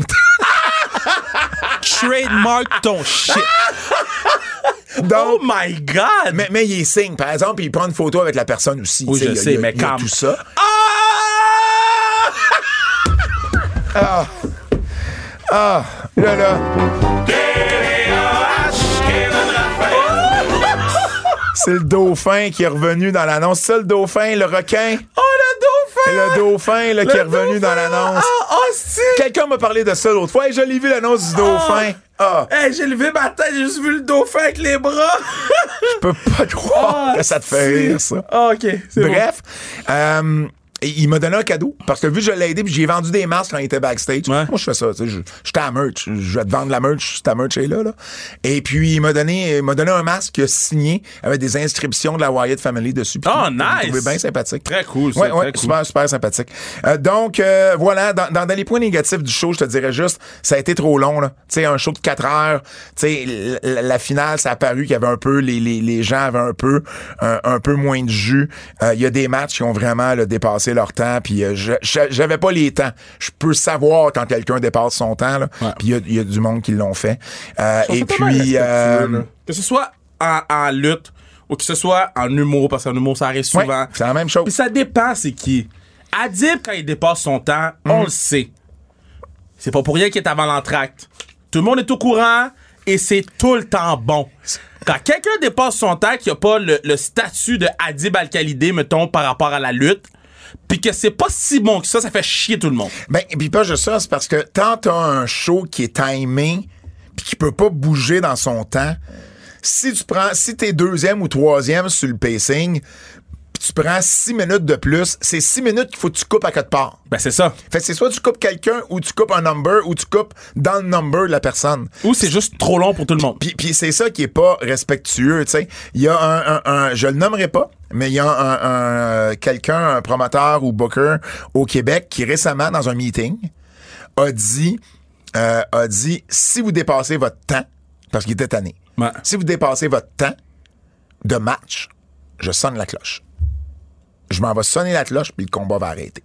Trademark ton shit. Donc, oh my God! mais, mais il est signe, par exemple, il prend une photo avec la personne aussi. Oui, je il y a, sais, il y a, mais il y a quand tout ça. Ah! Ah! Ah! Là, là. C'est le dauphin qui est revenu dans l'annonce. C'est ça, le dauphin, le requin? Oh, le dauphin! Le dauphin, là, Le qui est revenu dauphin! dans l'annonce. Ah, oh, si! Quelqu'un m'a parlé de ça l'autre fois et je l'ai vu, l'annonce du dauphin. Ah! Hey, j'ai levé ma tête, j'ai juste vu le dauphin avec les bras. Je peux pas croire Ah, que ça te fait si. rire, ça. Ah, OK, c'est Bref, euh, il m'a donné un cadeau parce que vu que je l'ai aidé puis j'ai vendu des masques quand il était backstage. Ouais. Moi, je fais ça. Tu sais, je- j'étais à merch. Je vais te vendre la merch si ta merch est là, là. Et puis, il m'a donné, il m'a donné un masque signé avec des inscriptions de la Wyatt Family dessus. Puis Oh, tout. nice! J'ai trouvé bien sympathique. Très cool, ça, Ouais, très ouais, cool. super, super sympathique. Euh, donc, euh, voilà, dans, dans, dans les points négatifs du show, je te dirais juste, ça a été trop long, là. Tu sais, un show de quatre heures. Tu sais, la, la finale, ça a paru qu'il y avait un peu, les, les, les gens avaient un peu, un, un peu moins de jus. Euh, Il y a des matchs qui ont vraiment là, dépassé leur temps, puis euh, je- je- j'avais pas les temps. Je peux savoir quand quelqu'un dépasse son temps, là. Ouais. Puis il y a- il y, a du monde qui l'ont fait. Euh, Ils et sont pas mal puis, respectueux, euh, là. Que ce soit en, en lutte ou que ce soit en humour, parce qu'en humour, ça arrive ouais, souvent. c'est la même chose. Puis ça dépend, c'est qui. Adib, quand il dépasse son temps, on le sait. C'est pas pour rien qu'il est avant l'entracte. Tout le monde est au courant et c'est tout le temps bon. Quand quelqu'un dépasse son temps, qu'il n'y a pas le, le statut de Adib Al-Khalidé, mettons, par rapport à la lutte, puis que c'est pas si bon que ça, ça fait chier tout le monde. Ben, et puis pas juste ça, c'est parce que tant t'as un show qui est timé puis qui peut pas bouger dans son temps, si tu prends, si t'es deuxième ou troisième sur le pacing, puis tu prends six minutes de plus, c'est six minutes qu'il faut que tu coupes à quelque part. Ben, c'est ça. Fait que c'est soit tu coupes quelqu'un ou tu coupes un number ou tu coupes dans le number de la personne. Ou c'est juste trop long pour tout le monde. Puis, puis c'est ça qui est pas respectueux, tu sais. Il y a un, un, un, je le nommerai pas, mais il y a un, un, un quelqu'un, un promoteur ou booker au Québec qui récemment, dans un meeting, a dit, euh, a dit, si vous dépassez votre temps, parce qu'il était tanné, Ouais. si vous dépassez votre temps de match, je sonne la cloche. Je m'en vais sonner la cloche, puis le combat va arrêter.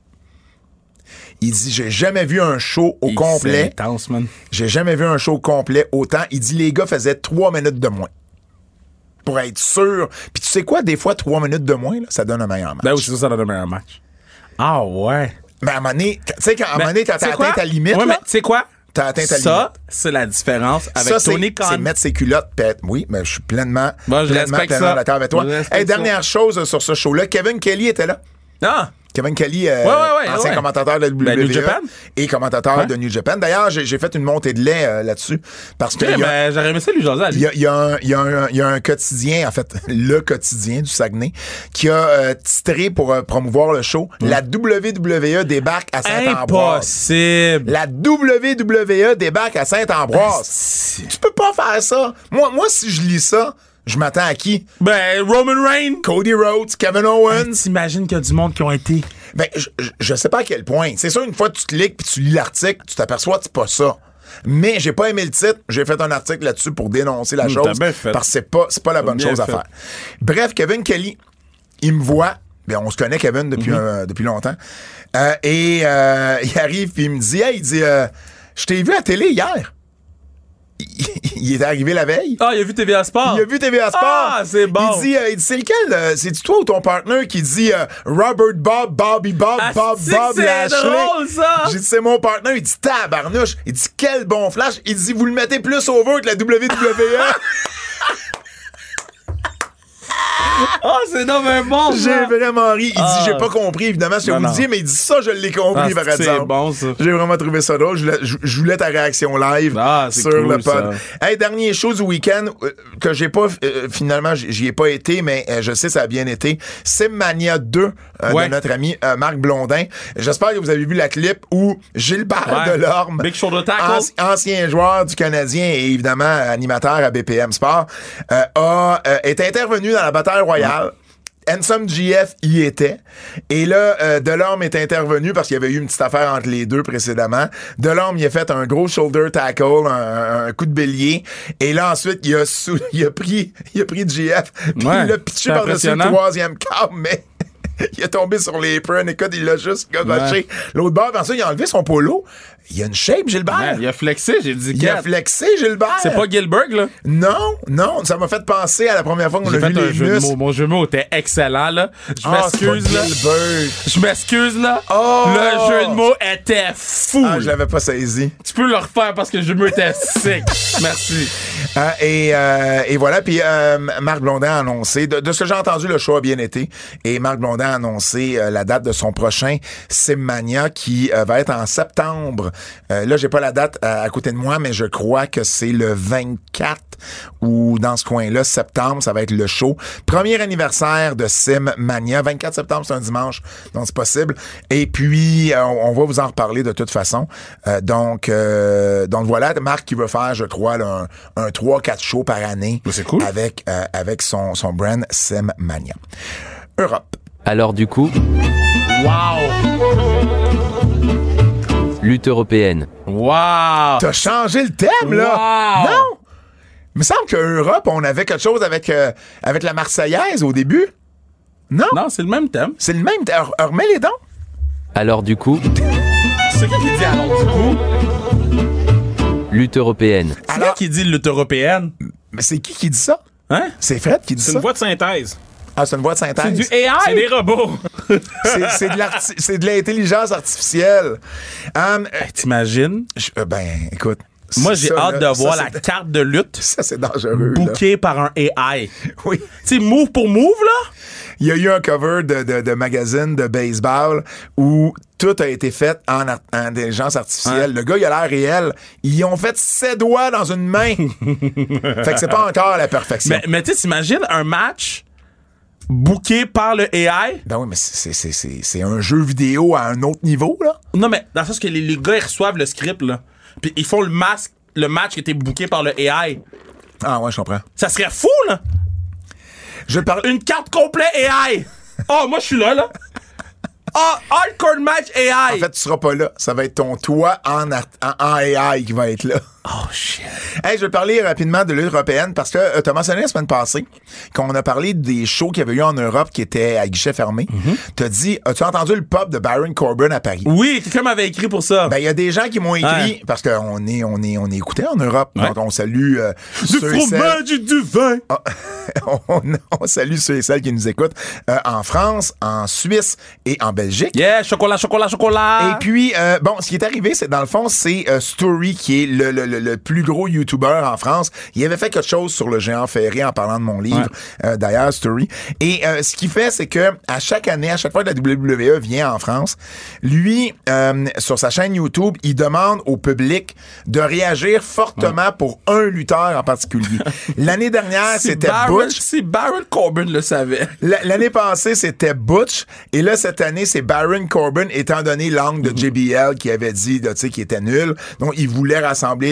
Il dit, j'ai jamais vu un show au Et complet. C'est intense, man. J'ai jamais vu un show complet autant. Il dit, les gars faisaient trois minutes de moins. Pour être sûr. Puis tu sais quoi, des fois, trois minutes de moins, là, ça donne un meilleur match. Ben oui, c'est ça, ça donne un meilleur match. Ah ouais. Mais à un moment donné, tu sais, quand à un moment donné, quand Tu sais t'as quoi? atteint ta limite, Ouais, mais là, tu sais quoi? t'as atteint ta limite. Ça, c'est la différence avec Ça, Tony c'est, Khan. c'est mettre ses culottes. Pète. Oui, mais je suis pleinement, Moi, je pleinement, respecte pleinement ça. d'accord avec toi. Je respecte Hey, dernière chose sur ce show-là, Kevin Kelly était là. Ah! Kevin Kelly, euh, Ouais, ouais, ouais, ancien ouais. commentateur de la W W E Ben, New Japan. et commentateur Ouais. de New Japan. D'ailleurs, j'ai, j'ai fait une montée de lait euh, là-dessus parce que Okay, il y a- ben, j'aurais aimé ça lui jaser à lui. Il y a, il y a un, il y a un, il y a un quotidien, en fait, le quotidien du Saguenay, qui a euh, titré pour euh, promouvoir le show, la W W E débarque à Saint-Ambroise. Impossible! La W W E débarque à Saint-Ambroise. Tu peux pas faire ça. Moi, moi, si je lis ça, Je m'attends à qui? Ben, Roman Reigns. Cody Rhodes, Kevin Owens. Hey, t'imagines qu'il y a du monde qui ont été... Ben, je, je, je sais pas à quel point. C'est sûr, une fois que tu cliques puis tu lis l'article, tu t'aperçois que c'est pas ça. Mais j'ai pas aimé le titre. J'ai fait un article là-dessus pour dénoncer la Mmh, chose. t'as bien fait. Parce que c'est pas, c'est pas la bonne bien chose fait. à faire. Bref, Kevin Kelly, il me voit. Ben, on se connaît, Kevin, depuis, Mm-hmm. euh, depuis longtemps. Euh, et euh, il arrive puis il me dit, hey, il dit, euh, je t'ai vu à télé hier. Il, il est arrivé la veille. Ah, il a vu T V A Sport. Il a vu T V A Sport. Ah, c'est bon. Il dit, euh, il dit c'est lequel? euh, c'est-tu toi ou ton partenaire qui dit euh, Robert Bob, Bobby Bob, Ah, Bob, c'est Bob, que c'est Lashley? drôle, ça. J'ai dit, c'est mon partenaire. Il dit, tabarnouche. Il dit, quel bon flash. Il dit, vous le mettez plus over que la W W E. Ah, c'est non, mais bon, J'ai ça. vraiment ri. Il Ah. dit, j'ai pas compris, évidemment, ce que Non, vous non. disiez, mais il dit ça, je l'ai compris, Ah, par c'est exemple. bon, ça. J'ai vraiment trouvé ça drôle. Je voulais, je, je voulais ta réaction live Ah, c'est sur cool, le pod. ça. Hey, dernier show du week-end euh, que j'ai pas, euh, finalement, j'y j'y ai pas été, mais euh, je sais, ça a bien été. Simmania deux euh, Ouais. de notre ami euh, Marc Blondin. J'espère que vous avez vu la clip où Gilbert Ouais. Delorme, Big shoulder tackle. anci- ancien joueur du Canadien et évidemment animateur à B P M Sport, euh, a, euh, est intervenu dans la bataille royale. Handsome G F y était. Et là, euh, Delorme est intervenu parce qu'il y avait eu une petite affaire entre les deux précédemment. Delorme, il a fait un gros shoulder tackle, un, un coup de bélier. Et là, ensuite, il a, sou- il a pris, il a pris G F, puis Ouais, il l'a pitché c'est par-dessus le impressionnant. troisième câble, mais il est tombé sur les prunes. Écoute, il l'a juste garoché. Ouais. L'autre bord, ensuite, il a enlevé son polo. Il a une shape, Gilbert. Ouais, il a flexé, j'ai dit Il a quatre. flexé, Gilbert. C'est pas Gilbert, là. Non, non, ça m'a fait penser à la première fois qu'on J'ai a vu fait un les jeu de muscles. mots. Mon jeu de mots était excellent, là. Je Ah, c'est pas m'excuse, là. Gilbert. Je m'excuse, là. Oh! Le jeu de mots était fou. Ah, je l'avais pas saisi. Tu peux le refaire parce que le jeu de mots était sick. Merci. Hein, et, euh, et voilà, puis euh, Marc Blondin a annoncé, de, de ce que j'ai entendu, le show a bien été, et Marc Blondin a annoncé euh, la date de son prochain Simmania qui euh, va être en septembre. Euh, là, j'ai pas la date à, à côté de moi, mais je crois que c'est le vingt-quatre ou dans ce coin-là, septembre, ça va être le show. Premier anniversaire de Simmania, vingt-quatre septembre, c'est un dimanche, donc c'est possible. Et puis, euh, on, on va vous en reparler de toute façon. Euh, donc, euh, donc voilà, Marc qui veut faire, je crois, là, un, un trois quatre shows par année Mais c'est cool. avec, euh, avec son, son brand Simmania. Europe. Alors du coup, Wow. lutte européenne. Wow. T'as changé le thème, là? Wow. Non! Il me semble qu'Europe, on avait quelque chose avec, euh, avec la Marseillaise au début. Non? Non, c'est le même thème. C'est le même. thème. Re- Remets les dents. Alors du coup, C'est qui qui dit alors du coup? lutte européenne. C'est Alors- qui qui dit lutte européenne? Mais c'est qui qui dit ça? Hein? C'est Fred qui dit C'est ça? une voix de synthèse. Ah, c'est une voix de synthèse. C'est du A I? C'est des robots. C'est c'est de l'arti- c'est de l'intelligence artificielle. Hum, euh, T'imagines? je- euh, ben, écoute. Moi, j'ai ça, hâte là, de voir ça, la c'est- carte de lutte Ça, c'est dangereux. là. bookée par un A I. Oui. Tu sais, move pour move, là? Il y a eu un cover de, de, de magazine de baseball où tout a été fait en, ar- en intelligence artificielle. Ouais. Le gars, il a l'air réel. Ils ont fait ses doigts dans une main. Fait que c'est pas encore à la perfection. Mais, mais tu sais, t'imagines un match booké par le A I? Ben oui, mais c'est, c'est, c'est, c'est un jeu vidéo à un autre niveau, là. Non, mais dans le sens que les, les gars, ils reçoivent le script, là. Puis ils font le masque, le match qui était booké par le A I. Ah ouais, je comprends. Ça serait fou, là! Je parle... Une carte complète A I! Oh, moi, je suis là, là! Oh, hardcore match A I! En fait, tu seras pas là. Ça va être ton toi en, art- en, en A I qui va être là. oh, shit. Hey, je vais parler rapidement de lutte européenne parce que euh, t'as mentionné la semaine passée qu'on a parlé des shows qu'il y avait eu en Europe qui étaient à guichet fermé. T'as dit, as-tu entendu le pub de Baron Corbin à Paris? Oui, quelqu'un m'avait écrit pour ça. Ben, il y a des gens qui m'ont écrit, Ouais. parce qu'on est, on est, on est écouté en Europe. Ouais. Donc, on salue, euh, du ceux et celles- fromage et du vin! Ah, on, on salue ceux et celles qui nous écoutent euh, en France, en Suisse et en Belgique. Yeah, chocolat, chocolat, chocolat! Et puis, euh, bon, ce qui est arrivé, c'est dans le fond, c'est euh, Story qui est le, le, le, le plus gros YouTuber en France. Il avait fait quelque chose sur le géant ferré en parlant de mon livre, euh, d'ailleurs, Story. Et euh, ce qu'il fait, c'est que à chaque année, à chaque fois que la W W E vient en France, lui, euh, sur sa chaîne YouTube, il demande au public de réagir fortement pour un lutteur en particulier. L'année dernière, Si c'était Baron- Butch. Si Baron Corbin le savait. La- L'année passée, c'était Butch. Et là, cette année, c'est Baron Corbin, étant donné l'angle de J B L qui avait dit, là, tu sais, qu'il était nul. Donc, il voulait rassembler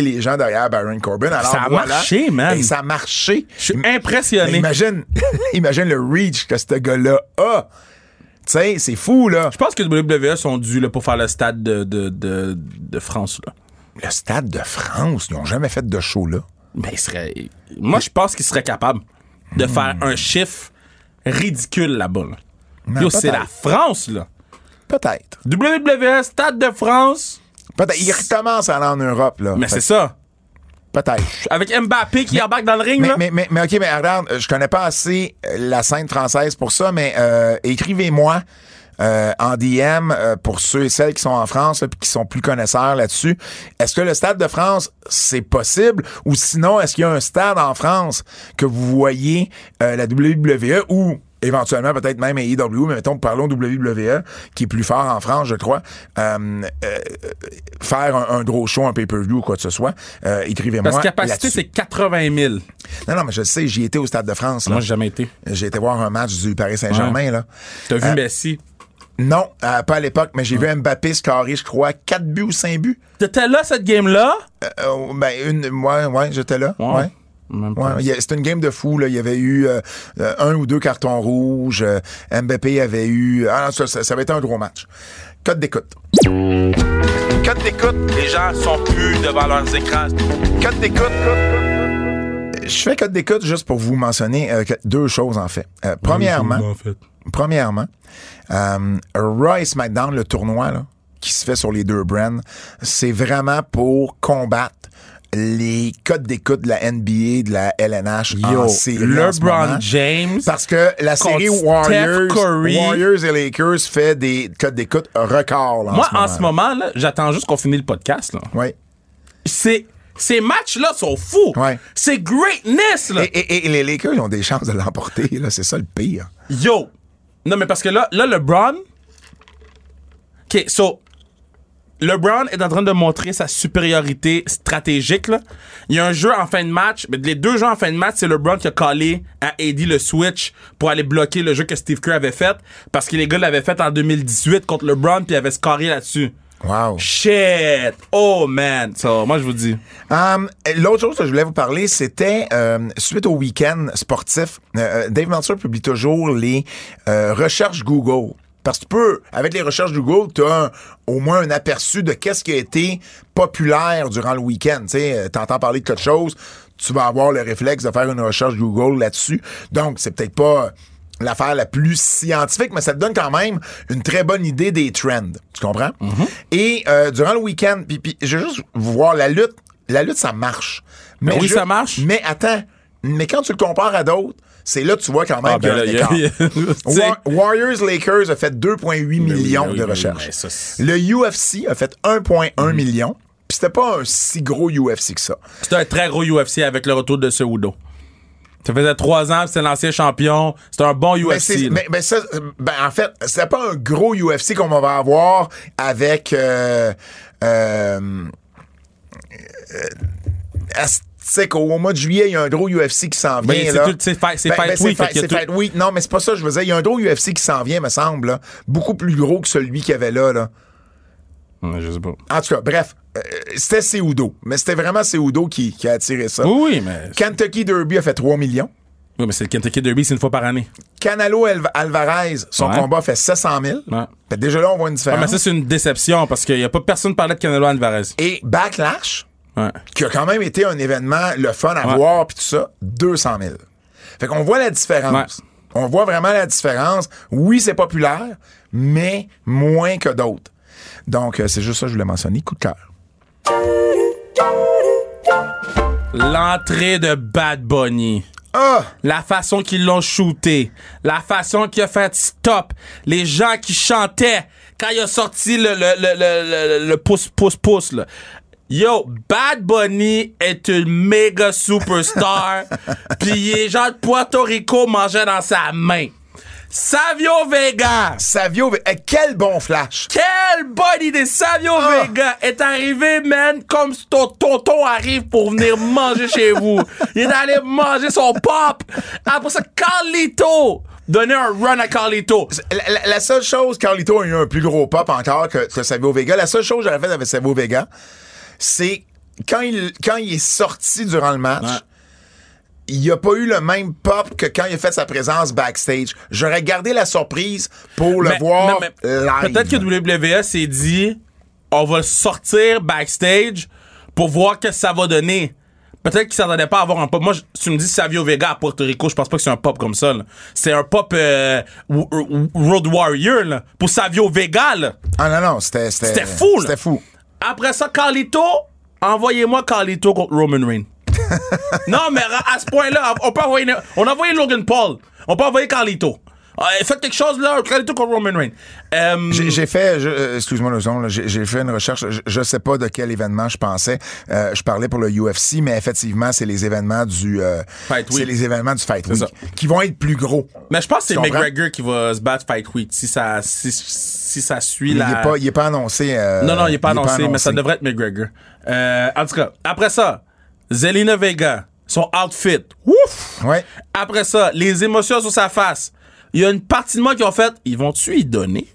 les gens derrière Baron Corbin. Alors, Ça a voilà. marché, man. Et ça a marché. Je suis impressionné. Imagine, imagine le reach que ce gars-là a. Tu sais, c'est fou, là. Je pense que W W E sont dus là, pour faire le stade de, de, de, de France. Là. Le Stade de France, ils n'ont jamais fait de show, là. Mais il serait... Moi, je pense qu'ils seraient capables de Hmm. faire un chiffre ridicule là-bas. Là. Non, Yo, peut-être. c'est la France, là. Peut-être. W W E, Stade de France. Peut-être. Il recommence à aller en Europe, là. Mais Fait c'est ça. Peut-être. Avec Mbappé qui embarque dans le ring, Mais, là. mais, mais, mais OK, mais regarde, je connais pas assez la scène française pour ça, mais euh, écrivez-moi euh, en D M euh, pour ceux et celles qui sont en France et qui sont plus connaisseurs là-dessus. Est-ce que le Stade de France, c'est possible? Ou sinon, est-ce qu'il y a un stade en France que vous voyez euh, la W W E ou éventuellement peut-être même A E W, mais mettons, parlons W W E, qui est plus fort en France, je crois, euh, euh, faire un, un gros show, un pay-per-view ou quoi que ce soit, euh, écrivez-moi. Parce que capacité, là-dessus. c'est quatre-vingt mille. Non, non, mais je le sais, j'y étais au Stade de France. Là. Moi, j'ai jamais été. J'ai été voir un match du Paris Saint-Germain. Ouais. Là. T'as vu Euh, Messi? Non, euh, pas à l'époque, mais j'ai vu Mbappé scorer, je crois, quatre buts ou cinq buts. T'étais là, cette game-là? Euh, euh, ben, une, ouais, ouais, j'étais là. Ouais. Ouais. Même pas. Ouais, il y a- c'était une game de fou. Là. Il y avait eu euh, euh, un ou deux cartons rouges. Euh, Mbappé avait eu... Ah non, ça, ça, ça avait été un gros match. Code d'écoute. Code d'écoute. Les gens sont plus devant leurs écrans. Code d'écoute. Je fais code d'écoute juste pour vous mentionner euh, que- deux choses, en fait. Euh, premièrement, En fait. premièrement euh, Raw et SmackDown, le tournoi là, qui se fait sur les deux brands, c'est vraiment pour combattre les codes d'écoute de la N B A, de la L N H Yo, en série en ce moment. LeBron James. Parce que la série contre Warriors, Steph Curry. Warriors et Lakers fait des codes d'écoute records. Là, Moi, en en ce moment, là, j'attends juste qu'on finisse le podcast. Là. Oui. C'est, ces matchs-là sont fous. Ouais. C'est greatness. Là. Et, et- et les Lakers ils ont des chances de l'emporter. Là, c'est ça le pire. Yo. Non, mais parce que là, là, LeBron... OK, so... LeBron est en train de montrer sa supériorité stratégique. Là. Il y a un jeu en fin de match. Mais les deux jeux en fin de match, c'est LeBron qui a collé à A D le switch pour aller bloquer le jeu que Steve Kerr avait fait. Parce que les gars l'avaient fait en deux mille dix-huit contre LeBron puis avaient scoré là-dessus. Wow. Shit! Oh, man! So, moi, je vous dis. Um, l'autre chose que je voulais vous parler, c'était euh, suite au week-end sportif, euh, Dave Meltzer publie toujours les euh, recherches Google. Parce que tu peux, avec les recherches Google, tu as au moins un aperçu de qu'est-ce qui a été populaire durant le week-end. Tu sais, t'entends parler de quelque chose, tu vas avoir le réflexe de faire une recherche Google là-dessus. Donc, c'est peut-être pas l'affaire la plus scientifique, mais ça te donne quand même une très bonne idée des trends. Tu comprends? Mm-hmm. Et euh, durant le week-end, puis, puis je veux juste voir la lutte. La lutte, ça marche. Mais Ben oui, je- ça marche. Mais attends, mais quand tu le compares à d'autres, c'est là que tu vois quand même Ah, ben qu'il y là, a un y a- écart. y a- tu sais- Wa- Warriors Lakers a fait deux virgule huit Ben oui, millions ben oui, de ben oui, recherches. ben ça, c'est- Le U F C a fait un virgule un million. Puis c'était pas un si gros U F C que ça. C'était un très gros U F C avec le retour de Cejudo. Ça faisait trois ans, c'était l'ancien champion. C'était un bon U F C. Mais, c'est- là. mais, mais ça, ben, en fait, c'était pas un gros U F C qu'on va avoir avec euh, euh, euh, ast- tu sais qu'au mois de juillet, il y a un gros U F C qui s'en vient. Ben, c'est là. tout- c'est fight- c'est Ben, fight ben, week, c'est fait qu'il y a c'est tout- fight week. Non, mais c'est pas ça, je veux dire. Il y a un gros U F C qui s'en vient, me semble. Là. Beaucoup plus gros que celui qu'il y avait là. là. Ouais, je sais pas. En tout cas, bref, euh, c'était Cejudo. Mais c'était vraiment Cejudo qui, qui a attiré ça. Oui, oui, mais. Kentucky Derby a fait trois millions. Oui, mais c'est le Kentucky Derby, c'est une fois par année. Canelo Alv- Alvarez, son Ouais. combat fait sept cent mille. Ouais. Fait déjà là, on voit une Ah, différence. mais ça, c'est une déception parce qu'il n'y a pas personne qui parlait de Canelo Alvarez. Et Backlash, Ouais. qui a quand même été un événement, le fun à Ouais. voir, puis tout ça, deux cent mille. Fait qu'on voit la différence. Ouais. On voit vraiment la différence. Oui, c'est populaire, mais moins que d'autres. Donc, euh, c'est juste ça que je voulais mentionner. Coup de cœur. L'entrée de Bad Bunny. Ah! La façon qu'ils l'ont shooté. La façon qu'il a fait stop. Les gens qui chantaient quand il a sorti le, le, le, le, le, le pouce, pouce, pouce, là. Yo, Bad Bunny est une méga superstar. Puis il est genre de Puerto Rico mangeait dans sa main. Savio Vega. Savio, eh, quel bon flash! Quelle bonne idée! Savio Ah. Vega est arrivé, man, comme si ton tonton arrive pour venir manger chez vous. Il est allé manger son pop. Après ça, Carlito. Donner un run à Carlito. La, la- la seule chose, Carlito a eu un plus gros pop encore que, que Savio Vega. La seule chose que j'aurais fait avec Savio Vega, c'est quand il, quand il est sorti durant le match, Ouais. il n'y a pas eu le même pop que quand il a fait sa présence backstage. J'aurais gardé la surprise pour le Mais- voir mais- mais live. Peut-être que W W E s'est dit, on va le sortir backstage pour voir ce que ça va donner. Peut-être qu'il s'attendait pas à avoir un pop. Moi, je- tu me dis Savio Vega à Porto Rico, je pense pas que c'est un pop comme ça. Là. C'est un pop euh, w- w- Road Warrior là. Pour Savio Vega. Là. Ah non, non, c'était... C'était, C'était fou, là. C'était fou. Après ça, Carlito, envoyez-moi Carlito contre Roman Reigns. Non, mais à, à ce point-là, on peut envoyer... On a envoyé Logan Paul. On peut envoyer Carlito. Euh, faites quelque chose là, Carlito contre Roman Reigns. Euh, J'ai, j'ai fait, je, euh, excuse-moi le son, là, j'ai, j'ai fait une recherche, je, je sais pas de quel événement je pensais. Euh, je parlais pour le U F C, mais effectivement, c'est les événements du... Euh, Fight Week. C'est les événements du Fight Week ça. qui vont être plus gros. Mais je pense que c'est Tu comprends? McGregor qui va se battre Fight Week si ça, si, si ça suit Mais la... il est pas, il est pas annoncé. euh, Non, non, il est pas est annoncé, mais ça devrait être McGregor. Euh, en tout cas, après ça, Zelina Vega, son outfit. Ouf! Ouais. Après ça, les émotions sur sa face. Il y a une partie de moi qui ont fait, ils vont-tu y donner?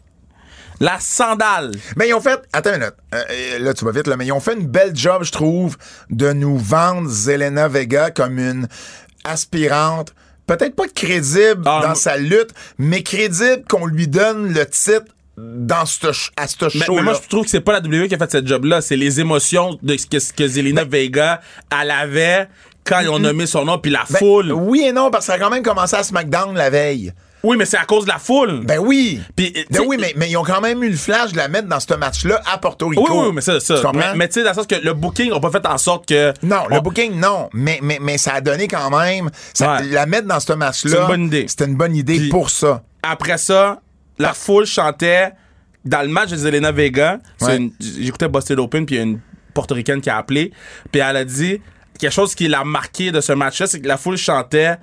La sandale. Mais ils ont fait, attends une minute, euh, euh, là tu vas vite, là, mais ils ont fait une belle job, je trouve, de nous vendre Zelina Vega comme une aspirante, peut-être pas crédible Ah, dans moi- sa lutte, mais crédible qu'on lui donne le titre dans ce ch- à ce Mais, show-là. mais moi, je trouve que c'est pas la W W E qui a fait cette job-là. C'est les émotions de ce que, que Zelina Vega, elle avait quand ils ont nommé son nom, puis la Ben, foule. oui et non, parce que ça a quand même commencé à SmackDown la veille. Oui, mais c'est à cause de la foule. Ben oui. Puis, ben tu sais, oui, mais, mais ils ont quand même eu le flash de la mettre dans ce match-là à Porto Rico. Oui, oui, mais ça, ça. Tu comprends? Mais, mais tu sais, dans le sens que le booking n'a pas fait en sorte que. Non, le on- booking, non. Mais, mais, mais ça a donné quand même. Ça, Ouais. La mettre dans ce match-là. C'est une bonne idée. C'était une bonne idée Puis- pour ça. Après ça, la foule chantait dans le match de Zelina Vega. c'est Ouais. une- J'écoutais Busted Open, puis il y a une portoricaine qui a appelé. Puis elle a dit quelque chose qui l'a marqué de ce match-là, c'est que la foule chantait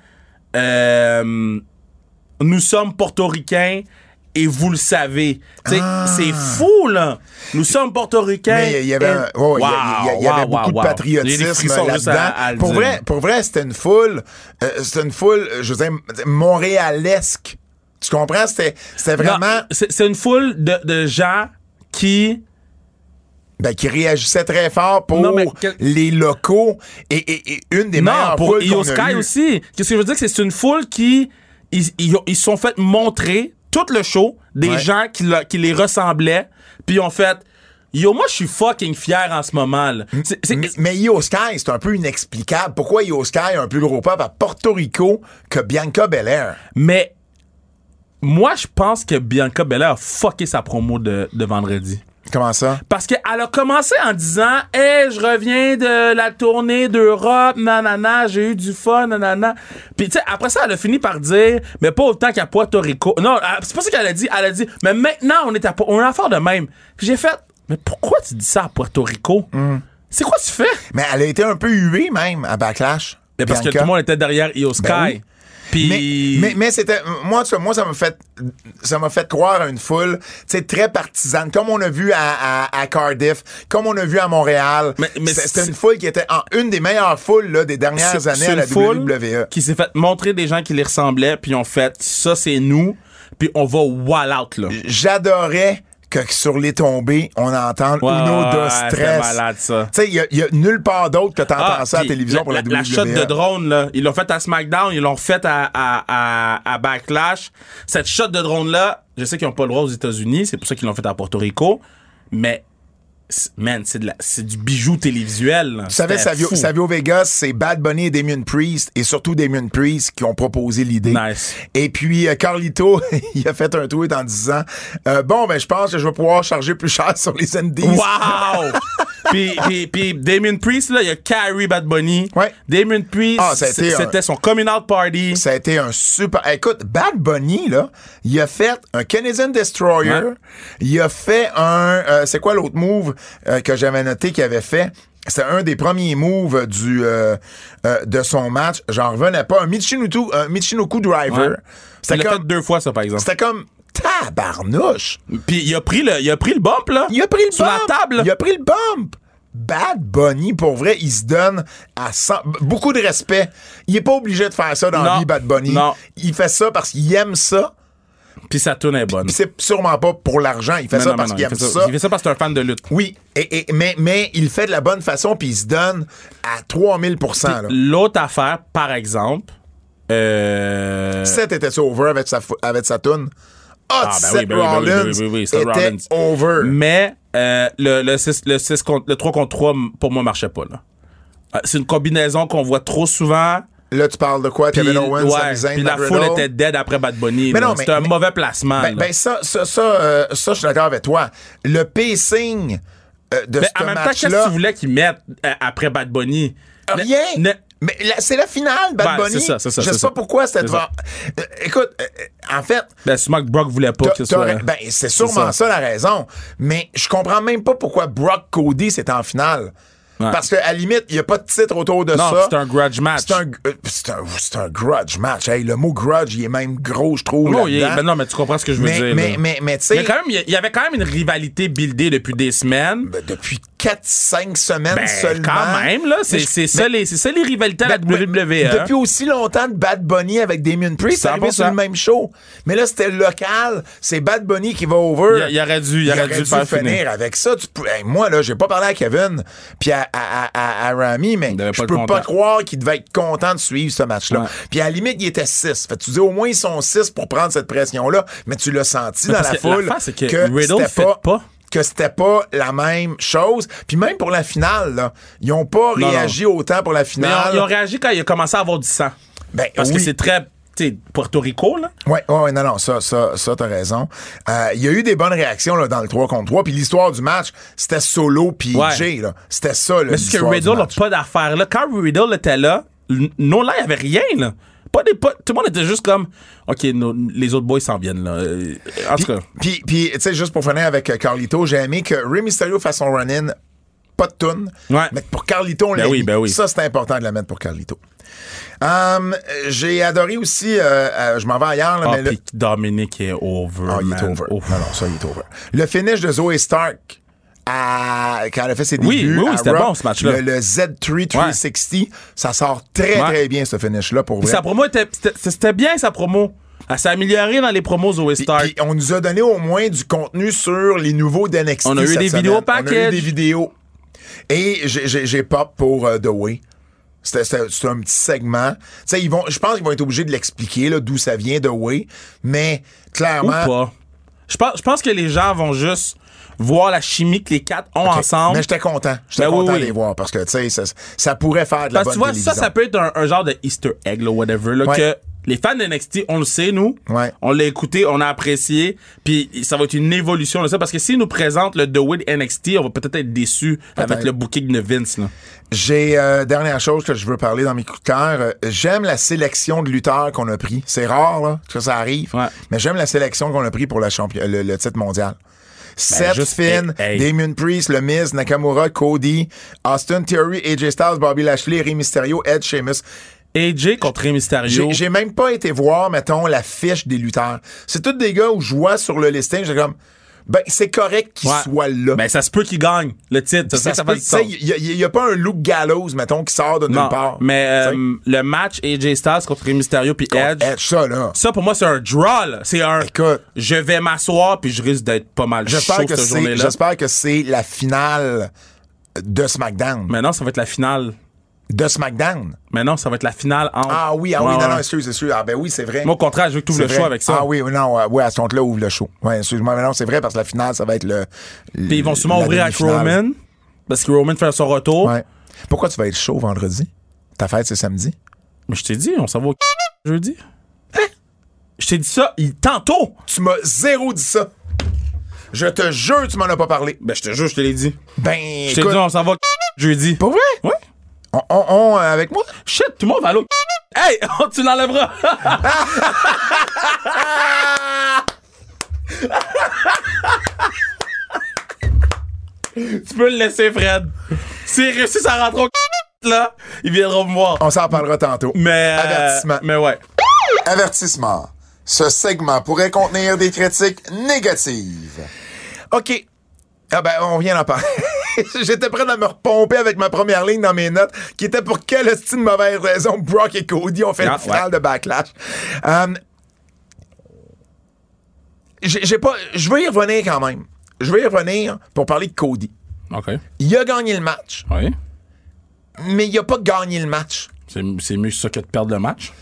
euh, nous sommes portoricains et vous le savez. Tu sais, Ah. c'est fou, là. Nous sommes portoricains. Mais il y avait, un- et- ouais, il y a- il y a- il y avait Wow, beaucoup wow, de wow. patriotisme J'ai des frissons juste là-dedans. à- à le pour dire. vrai, pour vrai, c'était une foule, euh, c'était une foule, je veux dire, montréalesque. Tu comprends? C'était, c'était Non, vraiment, c'est c'est une foule de, de gens qui... ben, qui réagissait très fort pour Non, mais quel- les locaux et, et, et une des Non, meilleures pour foules Io qu'on a Sky eues. aussi. Qu'est-ce que je veux dire? C'est une foule qui... Ils, ils, ont- ils se sont fait montrer tout le show des Ouais. gens qui, la- qui les ressemblaient, puis ils ont fait... Yo, moi, je suis fucking fier en ce moment. Là. C'est- c'est- Mais, mais Io Sky, c'est un peu inexplicable. Pourquoi Io Sky a un plus gros pop à Porto Rico que Bianca Belair? Mais moi, je pense que Bianca Belair a fucké sa promo de, de vendredi. Comment ça? Parce qu'elle a commencé en disant « Hey, je reviens de la tournée d'Europe, nanana, j'ai eu du fun, nanana. » Puis, tu sais, après ça, elle a fini par dire « Mais pas autant qu'à Puerto Rico. » Non, elle- c'est pas ça qu'elle a dit. Elle a dit « Mais maintenant, on est à on est à faire de même. » Puis j'ai fait « Mais pourquoi tu dis ça à Puerto Rico? C'est quoi tu fais? Mais elle a été un peu huée même à Backlash. Mais parce que Bianca. tout le monde était derrière Io Sky. Ben oui. Puis... Mais, mais, mais c'était moi ça, moi ça m'a fait ça m'a fait croire à une foule tu sais très partisane comme on a vu à, à, à Cardiff, comme on a vu à Montréal. Mais- mais c'était c'est- une foule qui était en une des meilleures foules là, des dernières C'est- années c'est à la une foule W W E. qui s'est fait montrer des gens qui les ressemblaient, puis ils ont fait ça, c'est nous, puis on va wall out, là. J'adorais que sur les tombées, on entende Ouais, Uno ouais, dos c'était stress. malade, ça. Tu sais, il y a- il y, a nulle part d'autre que t'entends Ah, ça à la puis télévision la, pour la, la, W W E. la shot de drone, là, ils l'ont fait à SmackDown, ils l'ont fait à, à, à, à Backlash. Cette shot de drone-là, je sais qu'ils n'ont pas le droit aux États-Unis, c'est pour ça qu'ils l'ont fait à Porto Rico, mais, c'est- man, c'est, de la, c'est du bijou télévisuel. Là. Tu savais, C'était Savio, fou. Savio Vegas, c'est Bad Bunny et Damien Priest, et surtout Damien Priest, qui ont proposé l'idée. Nice. Et puis, euh, Carlito, il a fait un tweet en disant euh, bon, ben, je pense que je vais pouvoir charger plus cher sur les Indies. Wow! puis, puis, puis Damien Priest, là, il a carry Bad Bunny. Ouais. Damien Priest, Ah, ça a été c- c'était un- son coming out party. Ça a été un super. Écoute, Bad Bunny, là, il a fait un Canadian Destroyer. Ouais. Il a fait un. euh, c'est quoi l'autre move euh, que j'avais noté qu'il avait fait? C'était un des premiers moves du, euh, euh, de son match. J'en revenais pas. Un Michinoku, un Michinoku Driver. Ouais. C'était Il l'a comme. fait deux fois, ça, par exemple. C'était comme. Tabarnouche! Puis il a pris le, il a pris le bump, là. Il a pris le Sur bump! la table. Il a pris le bump! Bad Bunny, pour vrai, il se donne à cent beaucoup de respect. Il est pas obligé de faire ça dans la Non. vie, Bad Bunny. Non. Il fait ça parce qu'il aime ça. Puis sa tune est bonne. Puis c'est sûrement pas pour l'argent. Il fait Mais ça non, parce mais non, qu'il il aime fait ça. Il fait ça parce que c'est un fan de lutte. Oui, et, et- mais, mais il le fait de la bonne façon, puis il se donne à trois mille pour cent. là. L'autre affaire, par exemple, euh... Seth était over avec sa, fo- avec sa tune. Ah, Ah, ben Seth oui, ben oui, ben oui, Rollins ben oui, oui, oui, Seth était Rollins. over. Mais euh, le, le, six, le, six contre, le trois contre trois, pour moi, marchait pas. Là. Euh, C'est une combinaison qu'on voit trop souvent. Là, tu parles de quoi? Puis, Kevin Owens, ouais, Sami Zayn, puis la Matt foule Riddle? était dead après Bad Bunny. Mais là. non, mais- C'était un mais- mauvais placement. Ben, là. ben ça, ça, ça, euh, ça, je suis d'accord avec toi. Le pacing euh, de Mais ce en même temps, qu'est-ce que match-là... tu voulais qu'ils mettent euh, après Bad Bunny? Rien! Ne- ne- Mais la- c'est la finale, Bad Ben, Bunny. c'est ça, c'est ça, Je c'est sais ça. pas pourquoi c'était... C'est ça. Euh, écoute, euh, euh, en fait... Ben, sûrement que Brock voulait pas T'as- que ce t'as- soit... ben, c'est sûrement C'est ça. la raison. Mais je comprends même pas pourquoi Brock Cody c'est en finale. Ouais. Parce qu'à la limite, il n'y a pas de titre autour de Non, ça. c'est un grudge match. C'est un, euh, c'est un, c'est un grudge match. Hey, le mot grudge, il est même gros, je trouve. Non, il est- là-dedans. ben non, mais tu comprends ce que je veux mais, dire. mais, là. mais, mais, tu il, y a sais, quand même, il y avait quand même une rivalité buildée depuis des semaines. ben, depuis quatre cinq semaines Ben, seulement. quand même, là. C'est Mais je- c'est ça, les- c'est ça les rivalités à la Ben, W W E. hein. Depuis aussi longtemps de Bad Bunny avec Damien Priest, c'est arrivé cent pour cent. sur le même show. Mais là, c'était local. C'est Bad Bunny qui va over. Il, il aurait dû, il aurait dû le faire finir. avec ça. Tu peux- hey, moi, là, j'ai pas parlé à Kevin puis à, à, à, à Rami, mais devait je pas peux être pas content. croire qu'il devait être content de suivre ce match-là. Ouais. Puis à la limite, il était six. Fait que tu dis, au moins, ils sont six pour prendre cette pression-là, mais tu l'as senti Mais dans parce la que l'affaire, foule c'est que Riddle c'était fait pas. que c'était pas la même chose. Puis même pour la finale, là, ils ont pas Non, réagi autant pour la Mais finale. ils ont, ils ont réagi quand il a commencé à avoir du sang. Ben, Parce oui. que c'est très, tu sais, Porto Rico, là. Ouais, ouais, ouais, non, non, ça, ça, ça, t'as raison. Euh, Il y a eu des bonnes réactions là, dans le trois contre trois, puis l'histoire du match, c'était Solo puis Ouais. Jay, là. C'était ça, là, Mais c'est que l'histoire du Riddle n'a match. pas d'affaires là. Quand Riddle était là, l- non, là, il n'y avait rien, là. Pas des, pas- tout le monde était juste comme, OK, nos- les autres boys s'en viennent, là. Euh, En tout cas. Puis, puis tu sais, juste pour finir avec euh, Carlito, j'ai aimé que Rey Mysterio fasse son run-in, pas de tune, Ouais. mais pour Carlito, on Ben l'a oui, mis. ben oui. Ça, c'est important de la mettre pour Carlito. Um, j'ai adoré aussi, euh, euh, je m'en vais ailleurs, là, Ah, mais le- puis Dominic est over, Ah, il est man. over. Ouf. Non, non, ça, il est over. Le finish de Zoe Stark, à- quand elle a fait ses Oui, débuts oui, oui, à c'était Raw, bon, ce match-là. Le, le Z trois trois cent soixante, ça sort très, Ouais. très bien, ce finish-là, pour Puis vrai. sa promo était, c'était, c'était bien, sa promo. Elle s'est améliorée dans les promos Zoe Puis- Stark. puis on nous a donné au moins du contenu sur les nouveaux d'N X T. On a eu cette des semaine. vidéos On a eu package. des vidéos. Et j'ai- j'ai j'ai pop pour euh, The Way. C'était c'était- c'était un petit segment. Tu sais, ils vont, je pense qu'ils vont être obligés de l'expliquer, là, d'où ça vient, The Way. Mais, Ou clairement. pas. Je pense, je pense que les gens vont juste voir la chimie que les quatre ont OK. ensemble. Mais j'étais content. J'étais Ben oui, content oui. de les voir parce que, tu sais, ça, ça pourrait faire de la Parce que bonne tu vois, ça, télévision. ça peut être un, un genre de Easter egg, là, whatever, là, Ouais. que les fans de N X T, on le sait, nous. Ouais. On l'a écouté, on a apprécié, puis ça va être une évolution de ça, parce que s'ils nous présentent le The Way de N X T, on va peut-être être déçus avec Peut-être. le booking de Vince, là. J'ai, euh, dernière chose que je veux parler dans mes coups de cœur, euh, j'aime la sélection de lutteurs qu'on a pris. C'est rare, là, que ça arrive, Ouais. mais j'aime la sélection qu'on a pris pour la champion- le, le titre mondial. Seth, juste- Finn, hey, hey. Damien Priest, Le Miz, Nakamura, Cody, Austin Theory, A J Styles, Bobby Lashley, Rey Mysterio, Edge, Sheamus. A J contre Rey Mysterio. J'ai, j'ai même pas été voir, mettons, la fiche des lutteurs. C'est tous des gars où je vois sur le listing, j'ai comme, ben, c'est correct qu'ils Ouais. soient là. Ben, ça se peut qu'il gagne le titre. Ça, se peut que ça fasse du sens. Il n'y a, pas un Luke Gallows, mettons, qui sort de nulle Non, part. mais T'sais. euh, le match A J Styles contre Rey Mysterio puis Edge, Edge, ça, là. ça pour moi c'est un draw, là. C'est un. Écoute. Je vais m'asseoir puis je risque d'être pas mal chaud J'espère que, cette c'est, journée-là. j'espère que c'est la finale de SmackDown. Mais non, ça va être la finale. De SmackDown. Mais non, ça va être la finale entre. Ah oui, ah oui, Ouais, non, ouais. non, excuse, excuse. Ah ben oui, c'est vrai. Moi, au contraire, je veux que tu ouvres C'est le vrai. show avec ça. Ah oui, oui, non, euh, oui, à ce compte-là, ouvre le show. Ouais, excuse-moi, mais non, c'est vrai, parce que la finale, ça va être le. Puis ils vont sûrement la ouvrir avec demi-finale. Roman. Parce que Roman fait son retour. Ouais. Pourquoi tu vas être chaud vendredi? Ta fête, c'est samedi? Mais je t'ai dit, on s'en va au jeudi. Hein? Je t'ai dit ça il, tantôt. Tu m'as zéro dit ça. Je te jure, tu m'en as pas parlé. Ben, je te jure, je te l'ai dit. Ben, Je t'ai dit, écoute, on s'en va jeudi. pas vrai? Ouais. On, on, on, euh, avec moi? Shit, tout le monde va aller au Hey, tu l'enlèveras. Tu peux le laisser, Fred. S'il réussit à rentrer au là, ils viendront me voir. On s'en parlera tantôt. Mais. euh, Avertissement. Mais ouais. Avertissement. Ce segment pourrait contenir des critiques négatives. OK. Ah ben, on vient d'en parler. J'étais prêt à me repomper avec ma première ligne dans mes notes, qui était pour quelle hostie de mauvaise raison Brock et Cody ont fait Ah, une finale ouais. de Backlash. Um, j'ai, j'ai pas, je veux y revenir quand même. Je veux y revenir pour parler de Cody. OK. Il a gagné le match, Oui. mais il a pas gagné le match. C'est, c'est mieux ça que de perdre le match.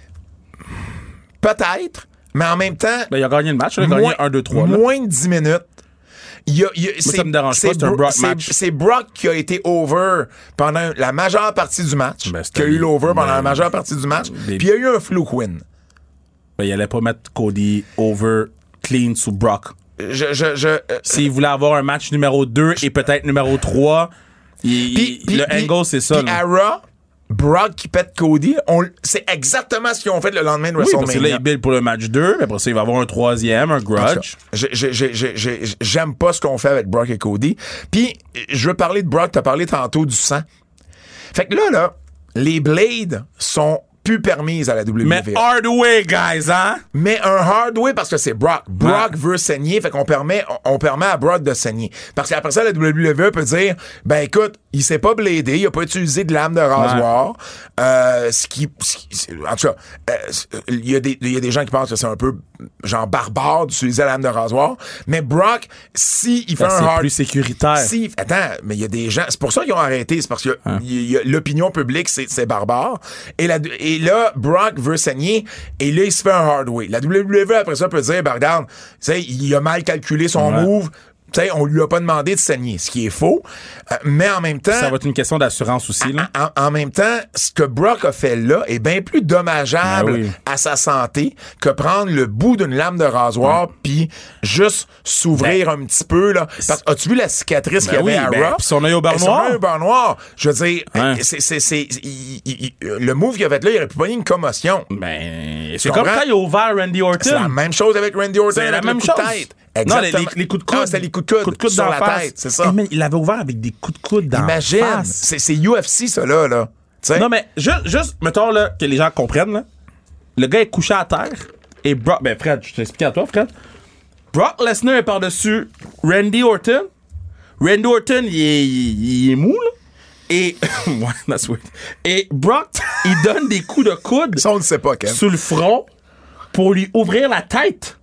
Peut-être, mais en même temps... Ben, il a gagné le match. Il a moins, gagné un, deux, trois. Là. Moins de dix minutes. Il y a, il y a, ça me dérange pas, c'est un Bro- Brock c'est, match. c'est Brock qui a été over pendant la majeure partie du match. Ben, qui a eu l'over pendant ben, la majeure partie du match. des- Puis il y a eu un fluke win. Ben, il allait pas mettre Cody over clean sous Brock. Je, je, je, euh, S'il voulait avoir un match numéro deux et peut-être numéro trois, il, Puis- il- puis- le puis- angle, c'est ça. Puis là. à Raw, Brock qui pète Cody, on, c'est exactement ce qu'ils ont fait le lendemain de Oui, WrestleMania. parce que là, il build pour le match deux, mais après ça, il va avoir un troisième, un grudge. J'ai- j'ai- j'ai- j'ai- j'ai- J'aime pas ce qu'on fait avec Brock et Cody. Puis, je veux parler de Brock, t'as parlé tantôt du sang. Fait que là, là, les blades sont plus permises à la W W E. Mais hard way, guys, hein? Mais un hard way parce que c'est Brock. Brock Ouais. veut saigner, fait qu'on permet, on, on permet à Brock de saigner. Parce qu'après ça, la W W E peut dire, ben écoute, il s'est pas bladé, il a pas utilisé de lame de rasoir. Euh, ce qui, ce qui- c'est- en tout cas, euh, il y a des, il y a des gens qui pensent que c'est un peu genre barbare d'utiliser la lame de rasoir. Mais Brock, si il fait Ben, un c'est hard, plus sécuritaire. si, attends, mais il y a des gens, c'est pour ça qu'ils ont arrêté, c'est parce que Hein. il y a- l'opinion publique, c'est, c'est barbare. Et, la, et là, Brock veut saigner, et là, il se fait un hard way. La W W E, après ça, peut dire, ben regarde, tu sais, il a mal calculé son Ouais. move, tu sais, on lui a pas demandé de saigner, ce qui est faux. Euh, mais en même temps... Ça va être une question d'assurance aussi, là. En, en même temps, ce que Brock a fait là est bien plus dommageable Ben oui. à sa santé que prendre le bout d'une lame de rasoir puis juste s'ouvrir un petit peu. Là. Parce, as-tu vu la cicatrice Ben qu'il y avait oui, à ben, Raw? puis son œil au beurre Et son noir. œil au beurre noir. Je veux dire, Ouais. c'est, c'est, c'est, il- il- il- le move qu'il a fait là, il aurait pu pogner une commotion. Ben, Tu c'est comme comprends? quand il a ouvert Randy C'est la Orton. même chose avec Randy Orton, C'est la avec même le coup de chose. tête. Non, les, Exactement. les- les coups de coude. Ah, c'était les coups de coude, coups de coude sur dans la face. tête, c'est ça. Eh, mais il l'avait ouvert avec des coups de coude dans Imagine, la face. c'est, c'est U F C ça là. là. Tu sais? Non, mais juste, juste, mettons là, que les gens comprennent, là. Le gars est couché à terre et Brock. Ben, Fred, je t'explique à toi, Fred. Brock Lesnar est par-dessus Randy Orton. Randy Orton, il est, il, il est mou, là. Et. ouais, that's weird. Et Brock, il donne des coups de coude Ça, on ne sait pas, Ken. sous le front pour lui ouvrir la tête.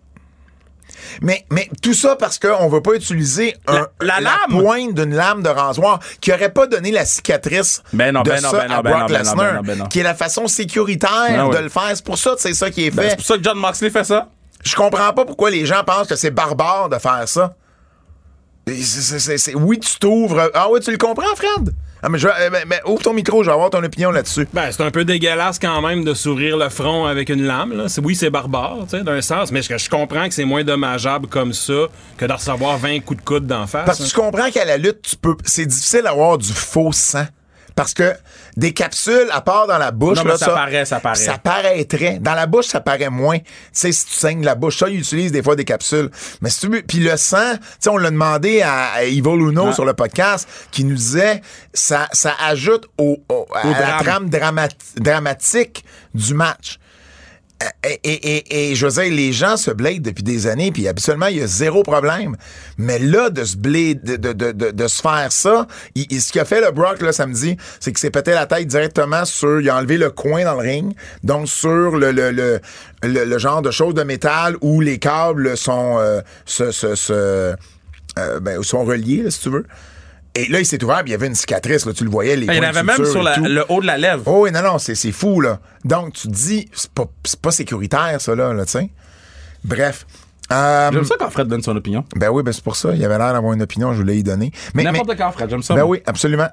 Mais, mais tout ça parce qu'on veut pas utiliser un, La- la lame. pointe d'une lame de rasoir qui aurait pas donné la cicatrice Ben non, de ben non, ça ben non, à ben Brock non, ben non, Lesnar, ben non, ben non. qui est la façon sécuritaire Ben de ouais. le faire. C'est pour ça que c'est ça qui est Ben, fait. c'est pour ça que John Moxley fait ça. Je comprends pas pourquoi les gens pensent que c'est barbare de faire ça. Et c'est- c'est- c'est- c'est- oui, tu t'ouvres. Ah oui, tu le comprends, Fred? Ah, mais, je, vais- mais- mais ouvre ton micro, je vais avoir ton opinion là-dessus. Ben, c'est un peu dégueulasse quand même de s'ouvrir le front avec une lame. Là. C'est, oui, c'est barbare, tu sais, d'un sens, mais je, je comprends que c'est moins dommageable comme ça que de recevoir vingt coups de coude d'en face. Parce que hein. tu comprends qu'à la lutte, tu peux, c'est difficile d'avoir du faux sang. Parce que des capsules, à part dans la bouche, Non, mais là, ça paraît, ça paraît. Ça paraîtrait. Dans la bouche, ça paraît moins. Tu sais, si tu saignes la bouche, ça, ils utilisent des fois des capsules. Mais si tu veux, puis le sang, tu sais, on l'a demandé à, à Evil Uno Ah. sur le podcast, qui nous disait, ça, ça ajoute au, au- à Au la drame. trame dramati- dramatique du match. Et, et, et, et je veux dire, les gens se bladent depuis des années, puis habituellement, il y a zéro problème. Mais là, de se blade, de, de, de, de, de se faire ça, il, il- ce qu'a fait le Brock là, samedi, c'est qu'il s'est pété la tête directement sur... Il a enlevé le coin dans le ring, donc sur le, le, le, le, le genre de choses de métal où les câbles sont, euh, se, se, se, euh, ben, sont reliés, là, si tu veux. Et là, il s'est ouvert, puis il y avait une cicatrice, là, tu le voyais, les Il y en points de avait même suture sur et la- tout. le haut de la lèvre. Oh oui, non, non, c'est, c'est fou, là. Donc, tu te dis, c'est pas, c'est pas sécuritaire, ça, là, là tu sais. Bref. Euh, J'aime ça quand Fred donne son opinion. ben oui, ben c'est pour ça. Il avait l'air d'avoir une opinion, je voulais y donner. Mais, N'importe mais- quand, Fred, j'aime ça. ben moi. oui, absolument.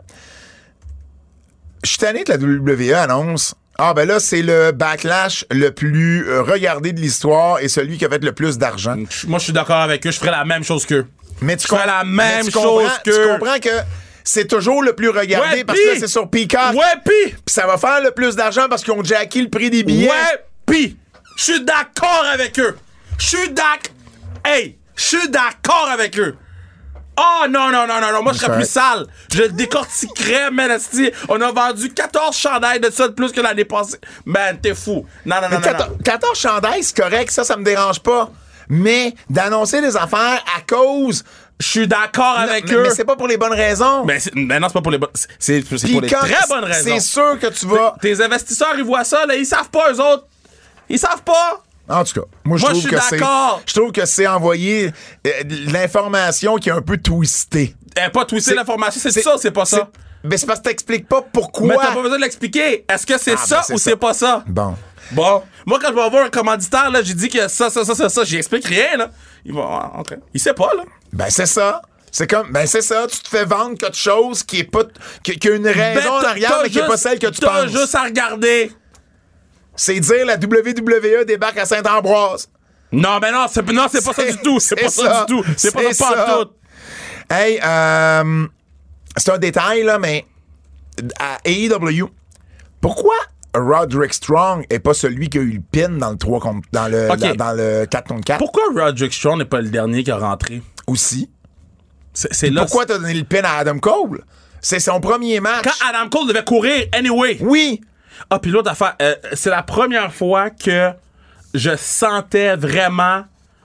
Je suis tanné que la W W E annonce. Ah, ben là, c'est le backlash le plus euh, regardé de l'histoire et celui qui a fait le plus d'argent. Moi, je suis d'accord avec eux. Je ferais la même chose qu'eux. Mais tu Je ferais com- la mais même tu chose comprends- que- Tu comprends que c'est toujours le plus regardé Ouais, parce pis- que là, c'est sur Peacock. Ouais, pis! Puis ça va faire le plus d'argent parce qu'ils ont jacké le prix des billets. Ouais, pis! Je suis d'accord avec eux. Je suis d'accord. Hey! Je suis d'accord avec eux. Oh non, non, non, non, non. Moi, je serais correct. plus sale. Je décortiquerais, man. esti. On a vendu quatorze chandails de ça de plus que l'année passée. Man, t'es fou. Non, non, non, Mais non. quatorze, non. quatorze chandails, c'est correct, ça, ça me dérange pas. Mais d'annoncer des affaires à cause. Je suis d'accord Non, avec mais, eux. mais c'est pas pour les bonnes raisons. Ben, c'est- ben non, c'est pas pour les bonnes. C'est, c'est Puis pour les quand- très bonnes raisons. C'est sûr que tu vas. Tes investisseurs, ils voient ça, là, ils savent pas, eux autres. Ils savent pas. En tout cas, moi, je Moi, trouve je suis que c'est. d'accord. Je trouve que c'est envoyer euh, l'information qui est un peu twistée. Elle n'a pas twisté C'est- l'information, c'est c'est- ça ou c'est pas ça? c'est- Mais c'est parce que t'expliques pas pourquoi. Mais t'as pas besoin de l'expliquer. Est-ce que c'est Ah, ça ben, c'est ou ça. c'est pas ça? Bon. Bon. Moi, quand je vais avoir un commanditaire, là, j'ai dit que ça, ça, ça, ça, ça, j'explique rien, là. Il va, ah, OK. Il sait pas, là. Ben, c'est ça. C'est comme, ben, c'est ça. Tu te fais vendre quelque chose qui est pas, qui, qui a une raison Ben, en t'as- arrière, t'as mais qui est pas juste- celle que tu T'as penses. juste à regarder. C'est dire la W W E débarque à Saint-Ambroise. Non, mais non, c'est, non, c'est pas ça du tout. C'est pas ça du tout. C'est pas ça, pas en tout. Hey, euh, c'est un détail, là, mais à A E W, pourquoi Roderick Strong est pas celui qui a eu le pin dans le trois contre, dans le, Ok. dans, dans le quatre contre quatre? Pourquoi Roderick Strong n'est pas le dernier qui a rentré? Aussi. C'est, c'est là. Pourquoi t'as donné le pin à Adam Cole? C'est son premier match. Quand Adam Cole devait courir, anyway. Oui. Ah, puis l'autre affaire, euh, c'est la première fois que je sentais vraiment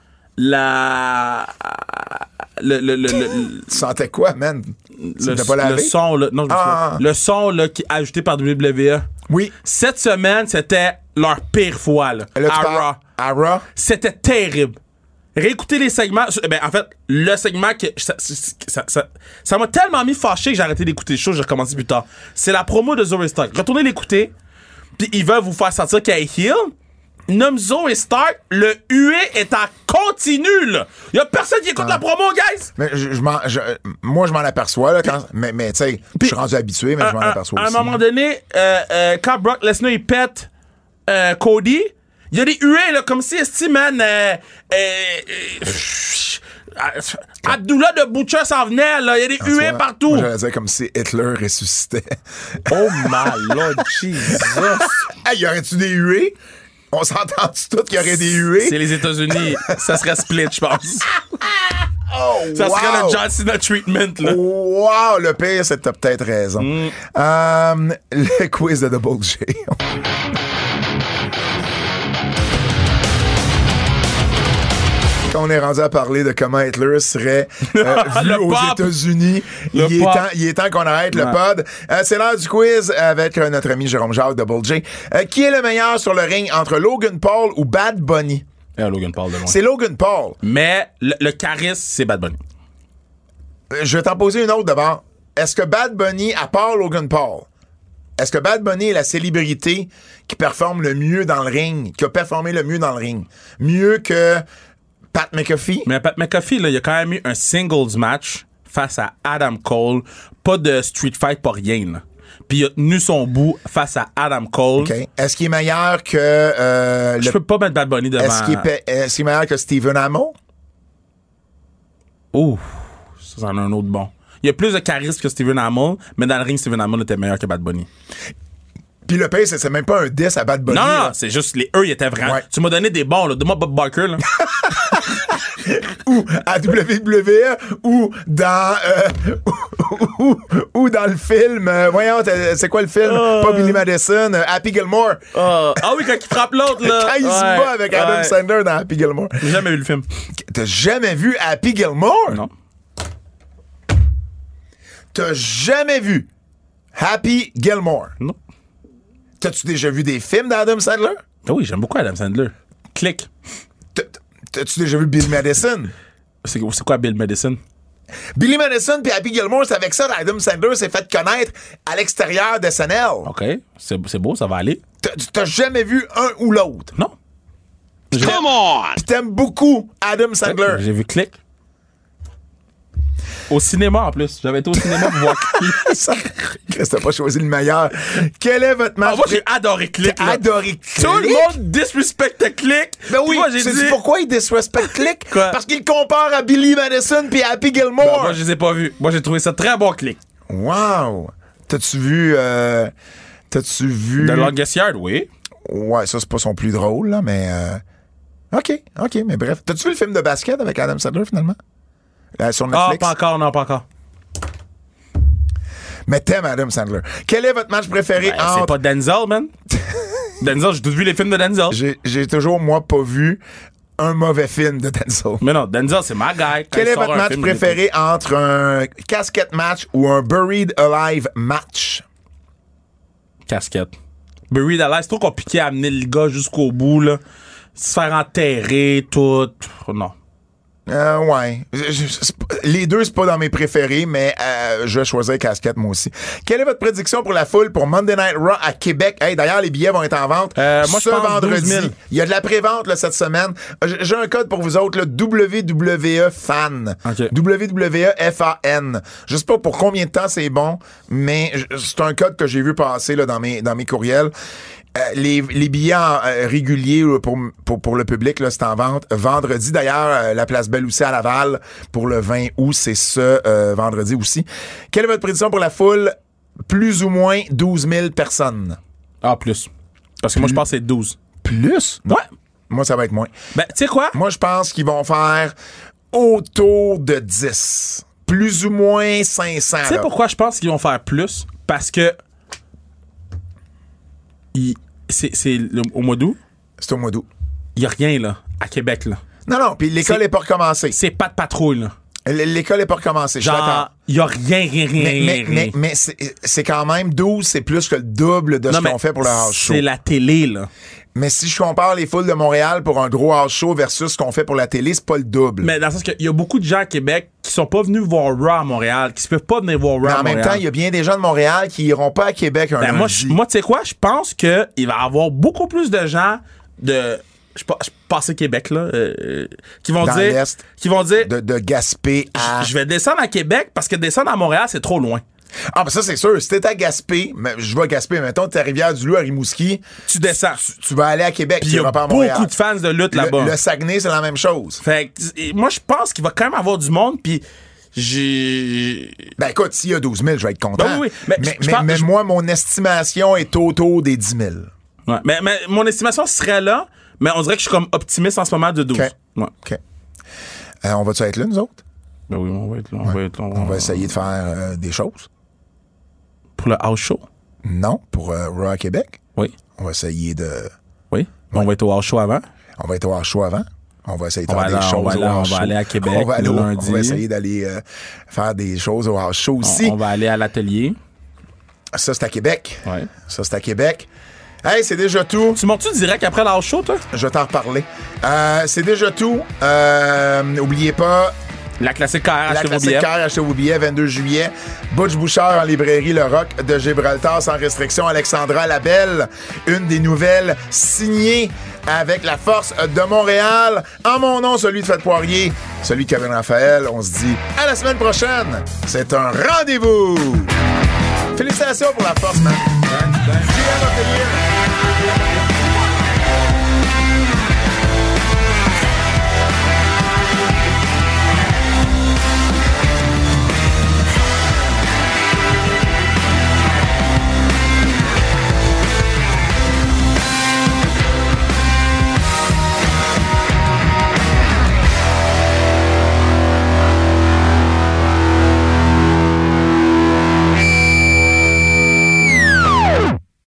la. Le, le, le, le, Tu sentais quoi, man? Tu le, t'es pas le lavé? son, là. Non, je me Ah. souviens. Le son, là, qui est ajouté par W W E. Oui. Cette semaine, c'était leur pire fois, là. Là, tu à parles- Raw. À Raw? C'était terrible. Réécouter les segments. Ben, en fait, le segment que. Ça, ça, ça, ça m'a tellement mis fâché que j'ai arrêté d'écouter le show, j'ai recommencé plus tard. C'est la promo de Zoe Stark. Retournez l'écouter, puis ils veulent vous faire sentir qu'elle est heel. Nomme Zoe Stark, le huée est en continu, là. Y'a personne qui écoute la promo, guys! Mais je, je m'en- je- moi, je m'en aperçois, là, quand, mais, mais tu sais, je suis rendu habitué, mais je m'en À- à- aperçois À un aussi. moment donné, euh, euh, quand Brock Lesnar, il pète euh, Cody, il y a des huées, là, comme si, esti, man, euh, euh, euh, Abdullah de Butcher s'en venait, là. Il y a des Tu huées vois, partout. Moi, j'allais dire comme si Hitler ressuscitait. Oh my Lord Jesus. Hey, y aurait-tu des huées? On s'entend-tu tout qu'il y aurait des huées? C'est les États-Unis. Ça serait split, je pense. Oh, Ça serait wow! le John Cena treatment, là. Wow, le pire, c'est que t'as peut-être raison. Mm. Euh, le quiz de Double J. Quand on est rendu à parler de comment Hitler serait euh, vu Le aux pop. États-Unis, il Le est, pop. temps, il est temps qu'on arrête le Ouais. pod. Euh, c'est l'heure du quiz avec euh, notre ami Jérôme Jacques Double J. Euh, qui est le meilleur sur le ring entre Logan Paul ou Bad Bunny? Et Logan Paul de loin. C'est Logan Paul. Mais le, le charisme, c'est Bad Bunny. Euh, Je vais t'en poser une autre d'abord. Est-ce que Bad Bunny, à part Logan Paul, est-ce que Bad Bunny est la célébrité qui performe le mieux dans le ring, qui a performé le mieux dans le ring? Mieux que Pat McAfee? Mais Pat McAfee, là, il a quand même eu un singles match face à Adam Cole. Pas de street fight, pas rien, là. Puis il a tenu son bout face à Adam Cole. OK. Est-ce qu'il est meilleur que... euh, Je le- peux pas mettre Bad Bunny devant. Est-ce qu'il est, pe- est-ce qu'il est meilleur que Steven Amell? Ouh, ça, c'en a un autre bon. Il y a plus de charisme que Steven Amell, mais dans le ring, Steven Amell était meilleur que Bad Bunny. Puis le pire, c'est, c'est même pas un diss à Bad Bunny. Non, non, là. non, c'est juste les eux, ils étaient vraiment. Ouais. Tu m'as donné des bons, là. Donne-moi Bob Barker, là. Ou à W W E, ou dans... euh, ou, ou- ou dans le film... euh, voyons, t'as- c'est quoi le film? Pas Billy Madison, euh, Happy Gilmore. Ah ah oui, quand il frappe l'autre, là. Quand il se Ouais, bat avec Adam ouais. Sandler dans Happy Gilmore. J'ai jamais vu le film. T'as jamais vu Happy Gilmore? Non. T'as jamais vu Happy Gilmore? Non. T'as-tu déjà vu des films d'Adam Sandler? Ah oui, j'aime beaucoup Adam Sandler. Click. T'as- T'as-tu déjà vu Billy Madison? C'est, c'est quoi Bill Madison? Billy Madison puis Happy Gilmore, c'est avec ça qu'Adam Sandler s'est fait connaître à l'extérieur de S N L. OK. C'est, c'est beau, ça va aller. T'as- T'as jamais vu un ou l'autre? Non. Come on! Pis t'aimes beaucoup Adam Sandler. J'ai vu Click. Au cinéma, en plus. J'avais été au cinéma pour voir Click. Ça- Chris, t'as pas choisi le meilleur. Quel est votre match? Ah, moi, j'ai adoré Click. T'as là. adoré Tout le Click? monde disrespecte Click. Ben Puis oui, moi, j'ai sais-tu dit... pourquoi il disrespect Click? Quoi? Parce qu'il compare à Billy Madison puis Happy Gilmore. Ben, moi, je les ai pas vus. Moi, j'ai trouvé ça très bon, Click. Wow! T'as-tu vu... Euh, T'as-tu vu... The Longest Yard, oui. Ouais, ça, c'est pas son plus drôle, là, mais... euh, OK, OK, mais bref. T'as-tu vu le film de basket avec Adam Sandler, finalement? Euh, sur Ah, Netflix? pas encore, non, pas encore. Mais t'aimes Adam Sandler. Quel est votre match préféré Ben, c'est entre... pas Denzel, man. Denzel, j'ai tout vu les films de Denzel. J'ai, j'ai toujours, moi, pas vu un mauvais film de Denzel. Mais non, Denzel, c'est ma guy. Quand Quel il est sort votre un match film, préféré entre un casquette match ou un buried alive match? j'ai- Casquette. Buried Alive, c'est trop compliqué à amener le gars jusqu'au bout, là. se faire enterrer, tout. Non. Euh, ouais. Je- je- c'est pas- les deux, c'est pas dans mes préférés, mais euh, je vais choisir casquette, moi aussi. Quelle est votre prédiction pour la foule pour Monday Night Raw à Québec? Hey, d'ailleurs, les billets vont être en vente Euh, moi, je ce pense vendredi. douze mille. Il y a de la pré-vente là, cette semaine. J'ai j'ai un code pour vous autres, là, W W E FAN. OK. W W E F A N. Je sais pas pour combien de temps c'est bon, mais je- c'est un code que j'ai vu passer là, dans mes dans mes courriels. Euh, les, les billets en, euh, réguliers là, pour, pour, pour le public, là, c'est en vente vendredi. D'ailleurs, euh, la Place Belle aussi à Laval pour le vingt août, c'est ce euh, vendredi aussi. Quelle est votre prédiction pour la foule? Plus ou moins douze mille personnes. Ah, plus. Parce que moi, je pense que c'est douze. Plus? Ouais. Moi, ça va être moins. Ben, tu sais quoi? Moi, je pense qu'ils vont faire autour de dix. Plus ou moins cinq cents. Tu sais là. pourquoi je pense qu'ils vont faire plus? Parce que. il- C'est c'est le- au mois d'août, C'est au mois d'août. il n'y a rien, là, à Québec, là. Non, non, puis l'école C'est- n'est pas recommencée. C'est pas de patrouille, là. L- L'école n'est pas recommencée. Je suis d'accord. Genre, il n'y a rien, rien, rien, Mais, rien, mais, rien. mais, mais c'est c'est quand même douze, c'est plus que le double de Non, ce mais qu'on fait pour le house show. c'est la télé, là. Mais si je compare les foules de Montréal pour un gros house show versus ce qu'on fait pour la télé, c'est pas le double. Mais dans le sens qu'il y a beaucoup de gens à Québec qui sont pas venus voir Raw à Montréal, qui se peuvent pas venir voir Raw Mais à en même Montréal. temps, il y a bien des gens de Montréal qui iront pas à Québec un Ben, moi, lundi. je- moi, tu sais quoi? Je pense qu'il va y avoir beaucoup plus de gens de. Je pa- je passe Québec, là. euh, qui vont Dans dire. l'Est. Qui vont dire. de, de Gaspé à... Je vais descendre à Québec parce que descendre à Montréal, c'est trop loin. Ah, ben ça, c'est sûr. Si t'es à Gaspé, mais je vais à Gaspé, mettons, t'es à Rivière-du-Loup, à Rimouski, Tu descends. tu, tu vas aller à Québec, Puis tu il y iras a pas à Montréal. beaucoup de fans de lutte Le, là-bas. le Saguenay, c'est la même chose. Fait que, et moi, je pense qu'il va quand même avoir du monde, puis j'ai. Ben écoute, s'il y a douze mille, je vais être content. Ben oui, oui. Mais mais, je- je mais- pense- mais je- moi, mon estimation est autour des dix mille. Ouais. Mais, mais mon estimation serait là, mais on dirait que je suis comme optimiste en ce moment de douze. OK. Ouais. OK. Euh, on va-tu être là, nous autres? Ben oui, on va être là. On va être là. On va essayer de faire euh, des choses. Pour le house show. Non, pour euh, Raw à Québec. Oui. On va essayer de... Oui. On va être au house show avant. On va être au house show avant. On va essayer de On faire va des aller- choses on va au aller- on house va show. aller à Québec On va, aller le au- lundi. on va essayer d'aller euh, faire des choses au house show aussi. On, on va aller à l'atelier. Ça, c'est à Québec. Ouais. Ça, c'est à Québec. Hey, c'est déjà tout. Tu montes-tu direct après le house show, toi? Je vais t'en reparler. Euh, c'est déjà tout. Euh, N'oubliez pas, La classique K R, la achetez vos classique billets. Car, achetez vos billets, vingt-deux juillet. Butch Bouchard en librairie Le Rock de Gibraltar, sans restriction. Alexandra Labelle, une des nouvelles signées avec la Force de Montréal. En mon nom, celui de Fred Poirier, celui de Kevin Raphaël. On se dit à la semaine prochaine. C'est un rendez-vous. Félicitations pour la Force, man. G M of the year.